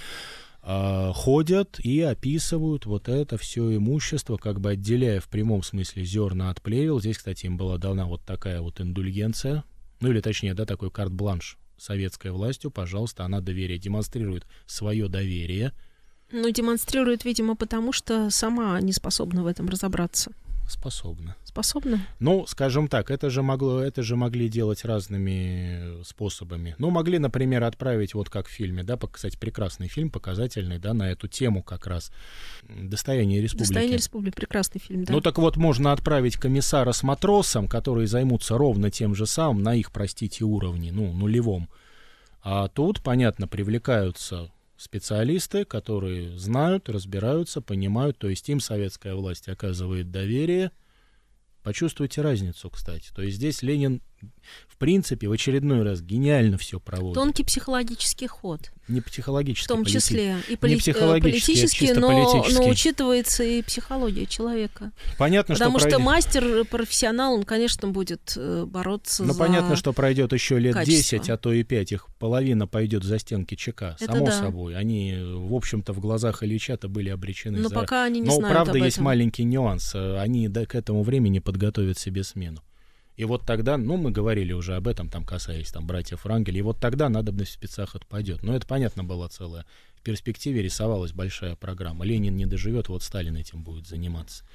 ходят и описывают вот это все имущество, как бы отделяя в прямом смысле зерна от плевел. Здесь, кстати, им была дана вот такая вот индульгенция, ну или точнее, да, такой карт-бланш советской властью, пожалуйста, она демонстрирует свое доверие. Ну, демонстрирует, видимо, потому что сама не способна в этом разобраться. Способна. Способна? Ну, скажем так, это же могли делать разными способами. Ну, могли, например, отправить, вот как в фильме, да, кстати, прекрасный фильм, показательный, да, на эту тему как раз. «Достояние республики». «Достояние республики», прекрасный фильм, да. Ну, так вот, можно отправить комиссара с матросом, которые займутся ровно тем же самым на их, простите, уровне, ну, нулевом. А тут, понятно, привлекаются специалисты, которые знают, разбираются, понимают, то есть им советская власть оказывает доверие. Почувствуйте разницу, кстати. То есть здесь Ленин, в принципе, в очередной раз гениально все проводит. Тонкий психологический ход. Не психологический, в том числе. И политический, но учитывается и психология человека. Понятно, потому что мастер, профессионал, он, конечно, будет бороться за понятно, что пройдет еще лет качество. 10, а то и 5, их половина пойдет за стенки ЧК. Это само да. собой. Они, в общем-то, в глазах Ильича-то были обречены. Но пока они не знают правда, об этом. есть маленький нюанс. Они к этому времени подготовят себе смену. И вот тогда, ну, мы говорили уже об этом, там, касаясь там, братьев Врангеля, и вот тогда надобность в спецах отпадет. Но это, понятно, была целая. В перспективе рисовалась большая программа. Ленин не доживет, вот Сталин этим будет заниматься.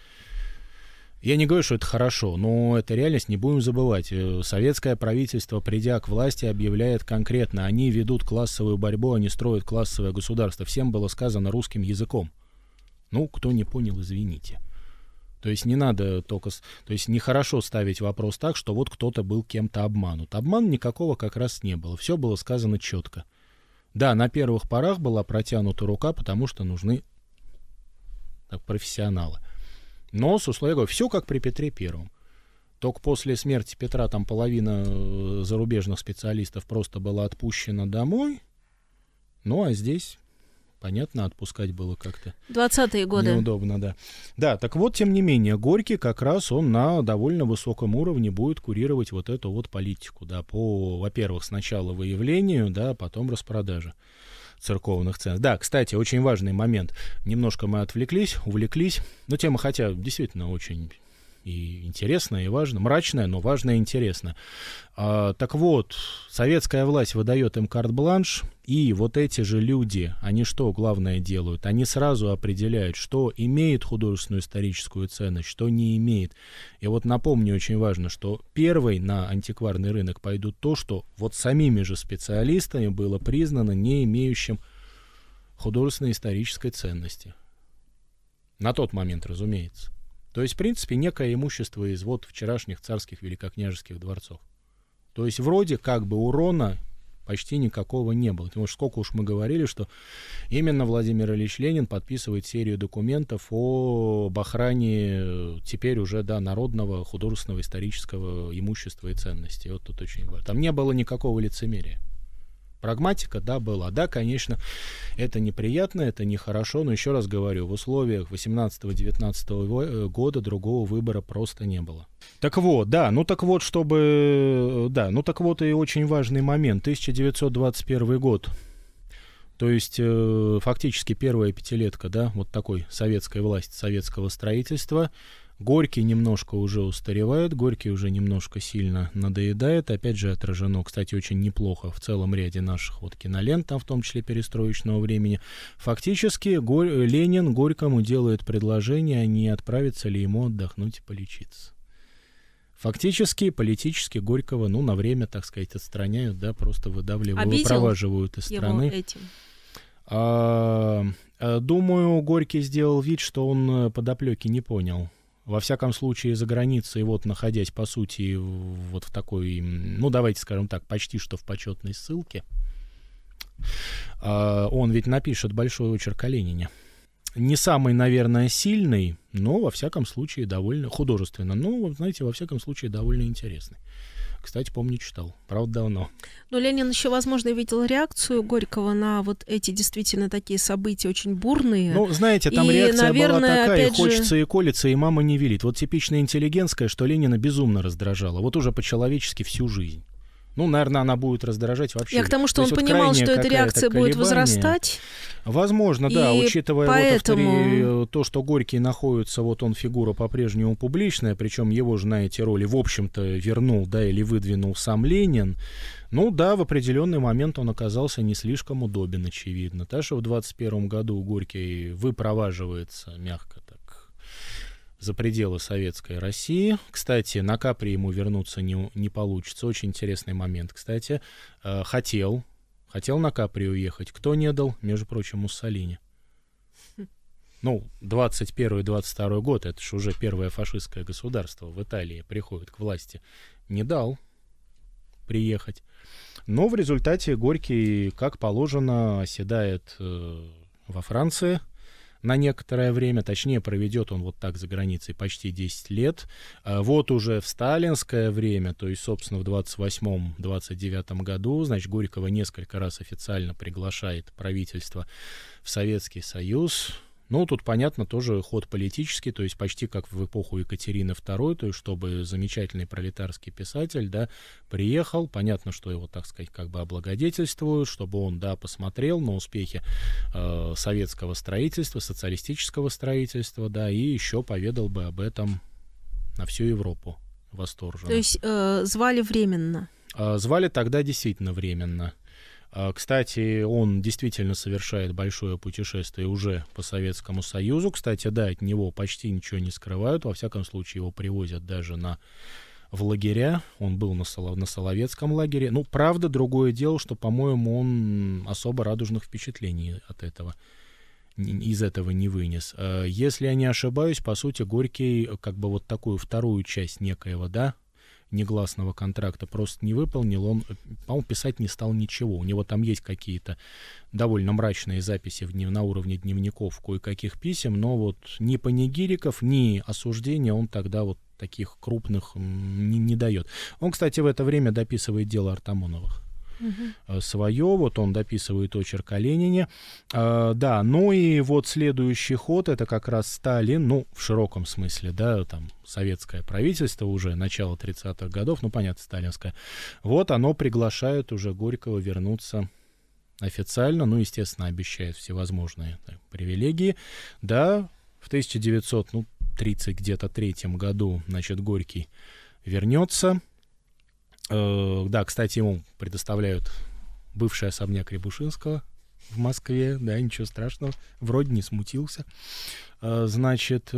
Я не говорю, что это хорошо, но это реальность, не будем забывать. Советское правительство, придя к власти, объявляет конкретно, они ведут классовую борьбу, они строят классовое государство. Всем было сказано русским языком. Ну, кто не понял, извините. То есть не надо только... То есть нехорошо ставить вопрос так, что вот кто-то был кем-то обманут. Обмана никакого как раз не было. Все было сказано четко. Да, на первых порах была протянута рука, потому что нужны профессионалы. Но с условием, все как при Петре Первом. Только после смерти Петра там половина зарубежных специалистов просто была отпущена домой. Ну, а здесь... Понятно, отпускать было как-то 20-е годы. Неудобно, да. Да, так вот, тем не менее, Горький как раз он на довольно высоком уровне будет курировать вот эту вот политику, да, по, во-первых, сначала выявлению, да, потом распродаже церковных ценностей. Да, кстати, очень важный момент. Немножко мы увлеклись, но тема, хотя действительно очень и интересная, и важная, мрачная, но важная и интересная. Так вот, советская власть выдает им карт-бланш, и вот эти же люди, они что главное делают? Они сразу определяют, что имеет художественную историческую ценность, что не имеет. И вот напомню, очень важно, что первой на антикварный рынок пойдут то, что вот самими же специалистами было признано не имеющим художественной исторической ценности. На тот момент, разумеется. То есть, в принципе, некое имущество из вот вчерашних царских великокняжеских дворцов. То есть, вроде как бы урона почти никакого не было. Потому что сколько уж мы говорили, что именно Владимир Ильич Ленин подписывает серию документов об охране теперь уже, да, народного художественного исторического имущества и ценностей. Вот тут очень важно. Там не было никакого лицемерия. Прагматика, да, была. Да, конечно, это неприятно, это нехорошо, но еще раз говорю, в условиях 18-19 года другого выбора просто не было. Так вот, да, ну так вот, и очень важный момент. 1921 год. То есть, фактически первая пятилетка, да, вот такой советской власти, советского строительства. Горький немножко уже устаревает, Горький уже немножко сильно надоедает. Опять же, отражено, кстати, очень неплохо в целом ряде наших вот кинолент, там в том числе перестроечного времени. Фактически Ленин Горькому делает предложение, не отправиться ли ему отдохнуть и полечиться. Фактически, политически Горького, на время, так сказать, отстраняют, да, просто выдавливают, выпроваживают из страны. Думаю, Горький сделал вид, что он подоплеки не понял. Во всяком случае, за границей, вот находясь, по сути, вот в такой, давайте скажем так, почти что в почетной ссылке, он ведь напишет большой очерк о Ленине. Не самый, наверное, сильный, но, во всяком случае, довольно художественно, но, знаете, во всяком случае, довольно интересный. Кстати, помню, читал. Правда, давно. Но Ленин еще, возможно, видел реакцию Горького на вот эти действительно такие события очень бурные. Знаете, там реакция была такая, хочется и колется, и мама не велит. Вот типичная интеллигентская, что Ленина безумно раздражала. Вот уже по-человечески всю жизнь. Наверное, она будет раздражать вообще. Я к тому, что он понимал, что эта реакция будет возрастать. Возможно, да, учитывая поэтому... то, что Горький находится, вот он фигура по-прежнему публичная, причем его же на эти роли, в общем-то, вернул, да, или выдвинул сам Ленин. Да, в определенный момент он оказался не слишком удобен, очевидно. Так что в 21 году Горький выпроваживается, мягко так, за пределы Советской России. Кстати, на Капри ему вернуться не получится. Очень интересный момент, кстати. Хотел на Капри уехать. Кто не дал? Между прочим, Муссолини. 21-22 год, это же уже первое фашистское государство в Италии приходит к власти. Не дал приехать. Но в результате Горький, как положено, оседает во Франции на некоторое время, точнее, проведет он вот так за границей почти 10 лет. Вот уже в сталинское время, то есть, собственно, в 28-29 году, значит, Горького несколько раз официально приглашает правительство в Советский Союз. Тут, понятно, тоже ход политический, то есть почти как в эпоху Екатерины II, то есть чтобы замечательный пролетарский писатель, да, приехал, понятно, что его, так сказать, как бы облагодетельствуют, чтобы он, да, посмотрел на успехи советского строительства, социалистического строительства, да, и еще поведал бы об этом на всю Европу восторженно. То есть звали временно? Звали тогда действительно временно. Кстати, он действительно совершает большое путешествие уже по Советскому Союзу. Кстати, да, от него почти ничего не скрывают. Во всяком случае, его привозят даже в лагеря. Он был на Соловецком лагере. Правда, другое дело, что, по-моему, он особо радужных впечатлений из этого не вынес. Если я не ошибаюсь, по сути, Горький как бы вот такую вторую часть некоего, да, негласного контракта просто не выполнил, он, по-моему, писать не стал ничего. У него там есть какие-то довольно мрачные записи на уровне дневников кое-каких писем, но вот ни панигириков, ни осуждения он тогда вот таких крупных не дает. Он, кстати, в это время дописывает дело Артамоновых. Свое, вот он дописывает очерк о Ленине. Да, и вот следующий ход, это как раз Сталин, в широком смысле, да, там, советское правительство уже, начало 30-х годов, понятно, сталинское. Вот оно приглашает уже Горького вернуться официально, естественно, обещает всевозможные привилегии. Да, в 1930 где-то третьем году, значит, Горький вернется. Да, кстати, ему предоставляют бывший особняк Рябушинского в Москве, да, ничего страшного, вроде не смутился. Значит,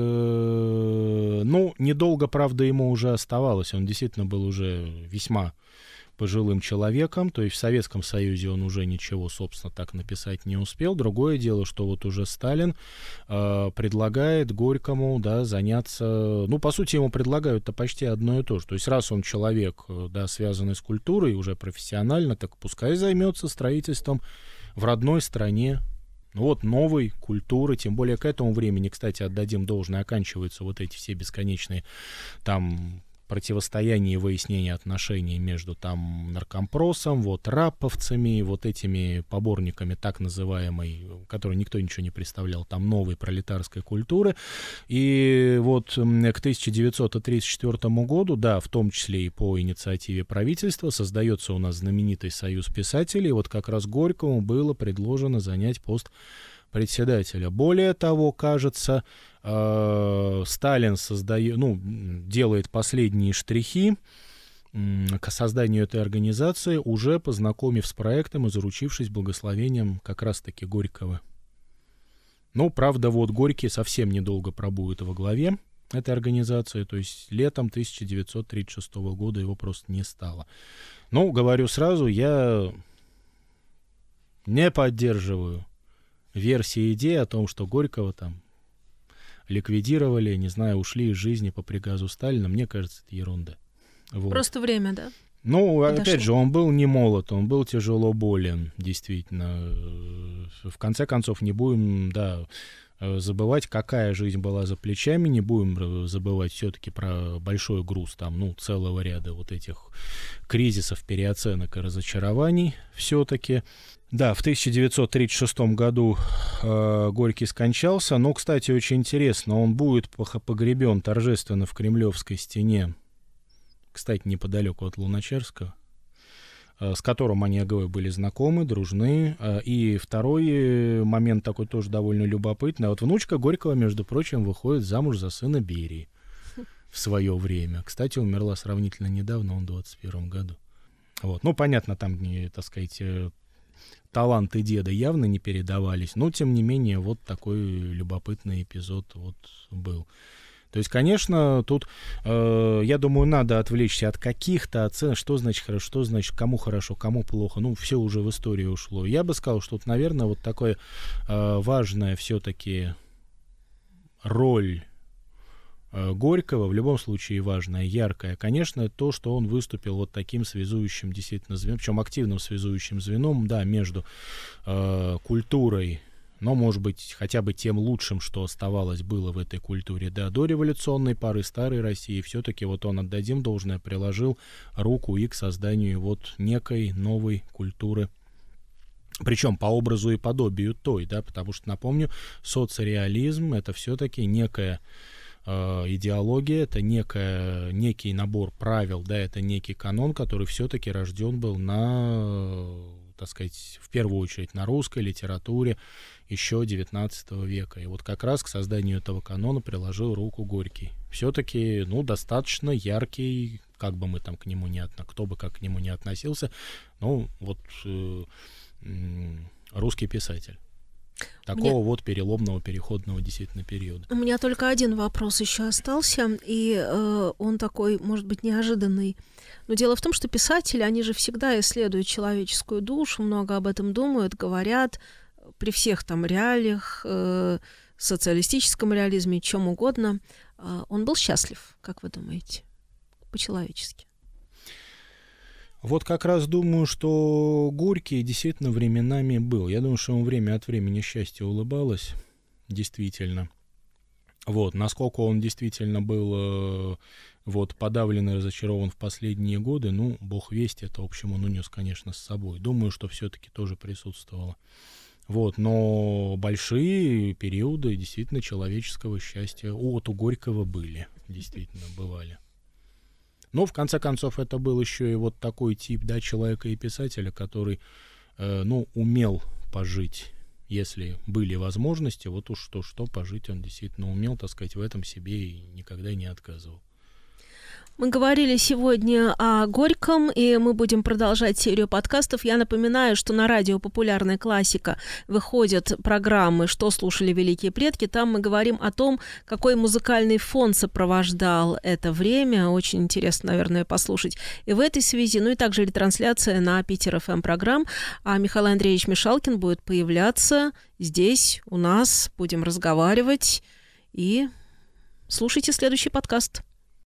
недолго, правда, ему уже оставалось, он действительно был уже весьма пожилым человеком, то есть в Советском Союзе он уже ничего, собственно, так написать не успел. Другое дело, что вот уже Сталин предлагает Горькому, да, заняться, по сути, ему предлагают-то почти одно и то же. То есть раз он человек, да, связанный с культурой, уже профессионально, так пускай займется строительством в родной стране, новой культуры, тем более к этому времени, кстати, отдадим должное, оканчиваются вот эти все бесконечные там противостояние и выяснение отношений между там наркомпросом, раповцами, этими поборниками так называемой, которой никто ничего не представлял, там новой пролетарской культуры. И к 1934 году, да, в том числе и по инициативе правительства, создается у нас знаменитый союз писателей. Как раз Горькому было предложено занять пост председателя. Более того, кажется, Сталин делает последние штрихи к созданию этой организации, уже познакомив с проектом и заручившись благословением как раз-таки Горького. Правда, Горький совсем недолго пробует во главе этой организации, то есть летом 1936 года его просто не стало. Говорю сразу, я не поддерживаю версии идеи о том, что Горького там ликвидировали, ушли из жизни по приказу Сталина. Мне кажется, это ерунда. Просто время, да? Опять же, он был не молод, он был тяжело болен, действительно. В конце концов, не будем, забывать, какая жизнь была за плечами, не будем забывать все-таки про большой груз целого ряда этих кризисов, переоценок и разочарований все-таки. Да, в 1936 году Горький скончался, но, кстати, очень интересно, он будет погребен торжественно в Кремлевской стене, кстати, неподалеку от Луначарского, с которым они, я говорю, были знакомы, дружны. И второй момент такой тоже довольно любопытный. Внучка Горького, между прочим, выходит замуж за сына Берии в свое время. Кстати, умерла сравнительно недавно, он в 21 году. Понятно, там, таланты деда явно не передавались, но, тем не менее, такой любопытный эпизод был. То есть, конечно, тут, я думаю, надо отвлечься от каких-то оценок, что значит хорошо, что значит кому хорошо, кому плохо. Все уже в историю ушло. Я бы сказал, что тут, наверное, такое важная все-таки роль Горького, в любом случае важная, яркая. Конечно, то, что он выступил таким связующим действительно звеном, причем активным связующим звеном, между культурой, но, может быть, хотя бы тем лучшим, что оставалось было в этой культуре, до революционной поры старой России, все-таки он, отдадим должное, приложил руку и к созданию некой новой культуры. Причем по образу и подобию той, потому что, напомню, соцреализм — это все-таки некая идеология, это некий набор правил, это некий канон, который все-таки рожден был в первую очередь на русской литературе еще XIX века. И как раз к созданию этого канона приложил руку Горький. Все-таки, достаточно яркий, как бы мы к нему кто бы как к нему не относился, русский писатель. Такого переломного, переходного действительно периода. У меня только один вопрос еще остался, и он такой, может быть, неожиданный. Но дело в том, что писатели, они же всегда исследуют человеческую душу, много об этом думают, говорят, при всех реалиях, социалистическом реализме, чем угодно. Он был счастлив, как вы думаете, по-человечески? Как раз думаю, что Горький действительно временами был. Я думаю, что ему время от времени счастье улыбалось, действительно. Насколько он действительно был подавлен и разочарован в последние годы, бог весть, это, в общем, он унес, конечно, с собой. Думаю, что все-таки тоже присутствовало. Но большие периоды действительно человеческого счастья у Горького были, действительно, бывали. Но, в конце концов, это был еще и такой тип, человека и писателя, который, умел пожить, если были возможности, уж что пожить он действительно умел, в этом себе и никогда не отказывал. Мы говорили сегодня о Горьком, и мы будем продолжать серию подкастов. Я напоминаю, что на радио «Популярная классика» выходят программы «Что слушали великие предки». Там мы говорим о том, какой музыкальный фон сопровождал это время. Очень интересно, наверное, послушать и в этой связи. И также ретрансляция на Питер ФМ программ. А Михаил Андреевич Мишалкин будет появляться здесь у нас. Будем разговаривать. И слушайте следующий подкаст.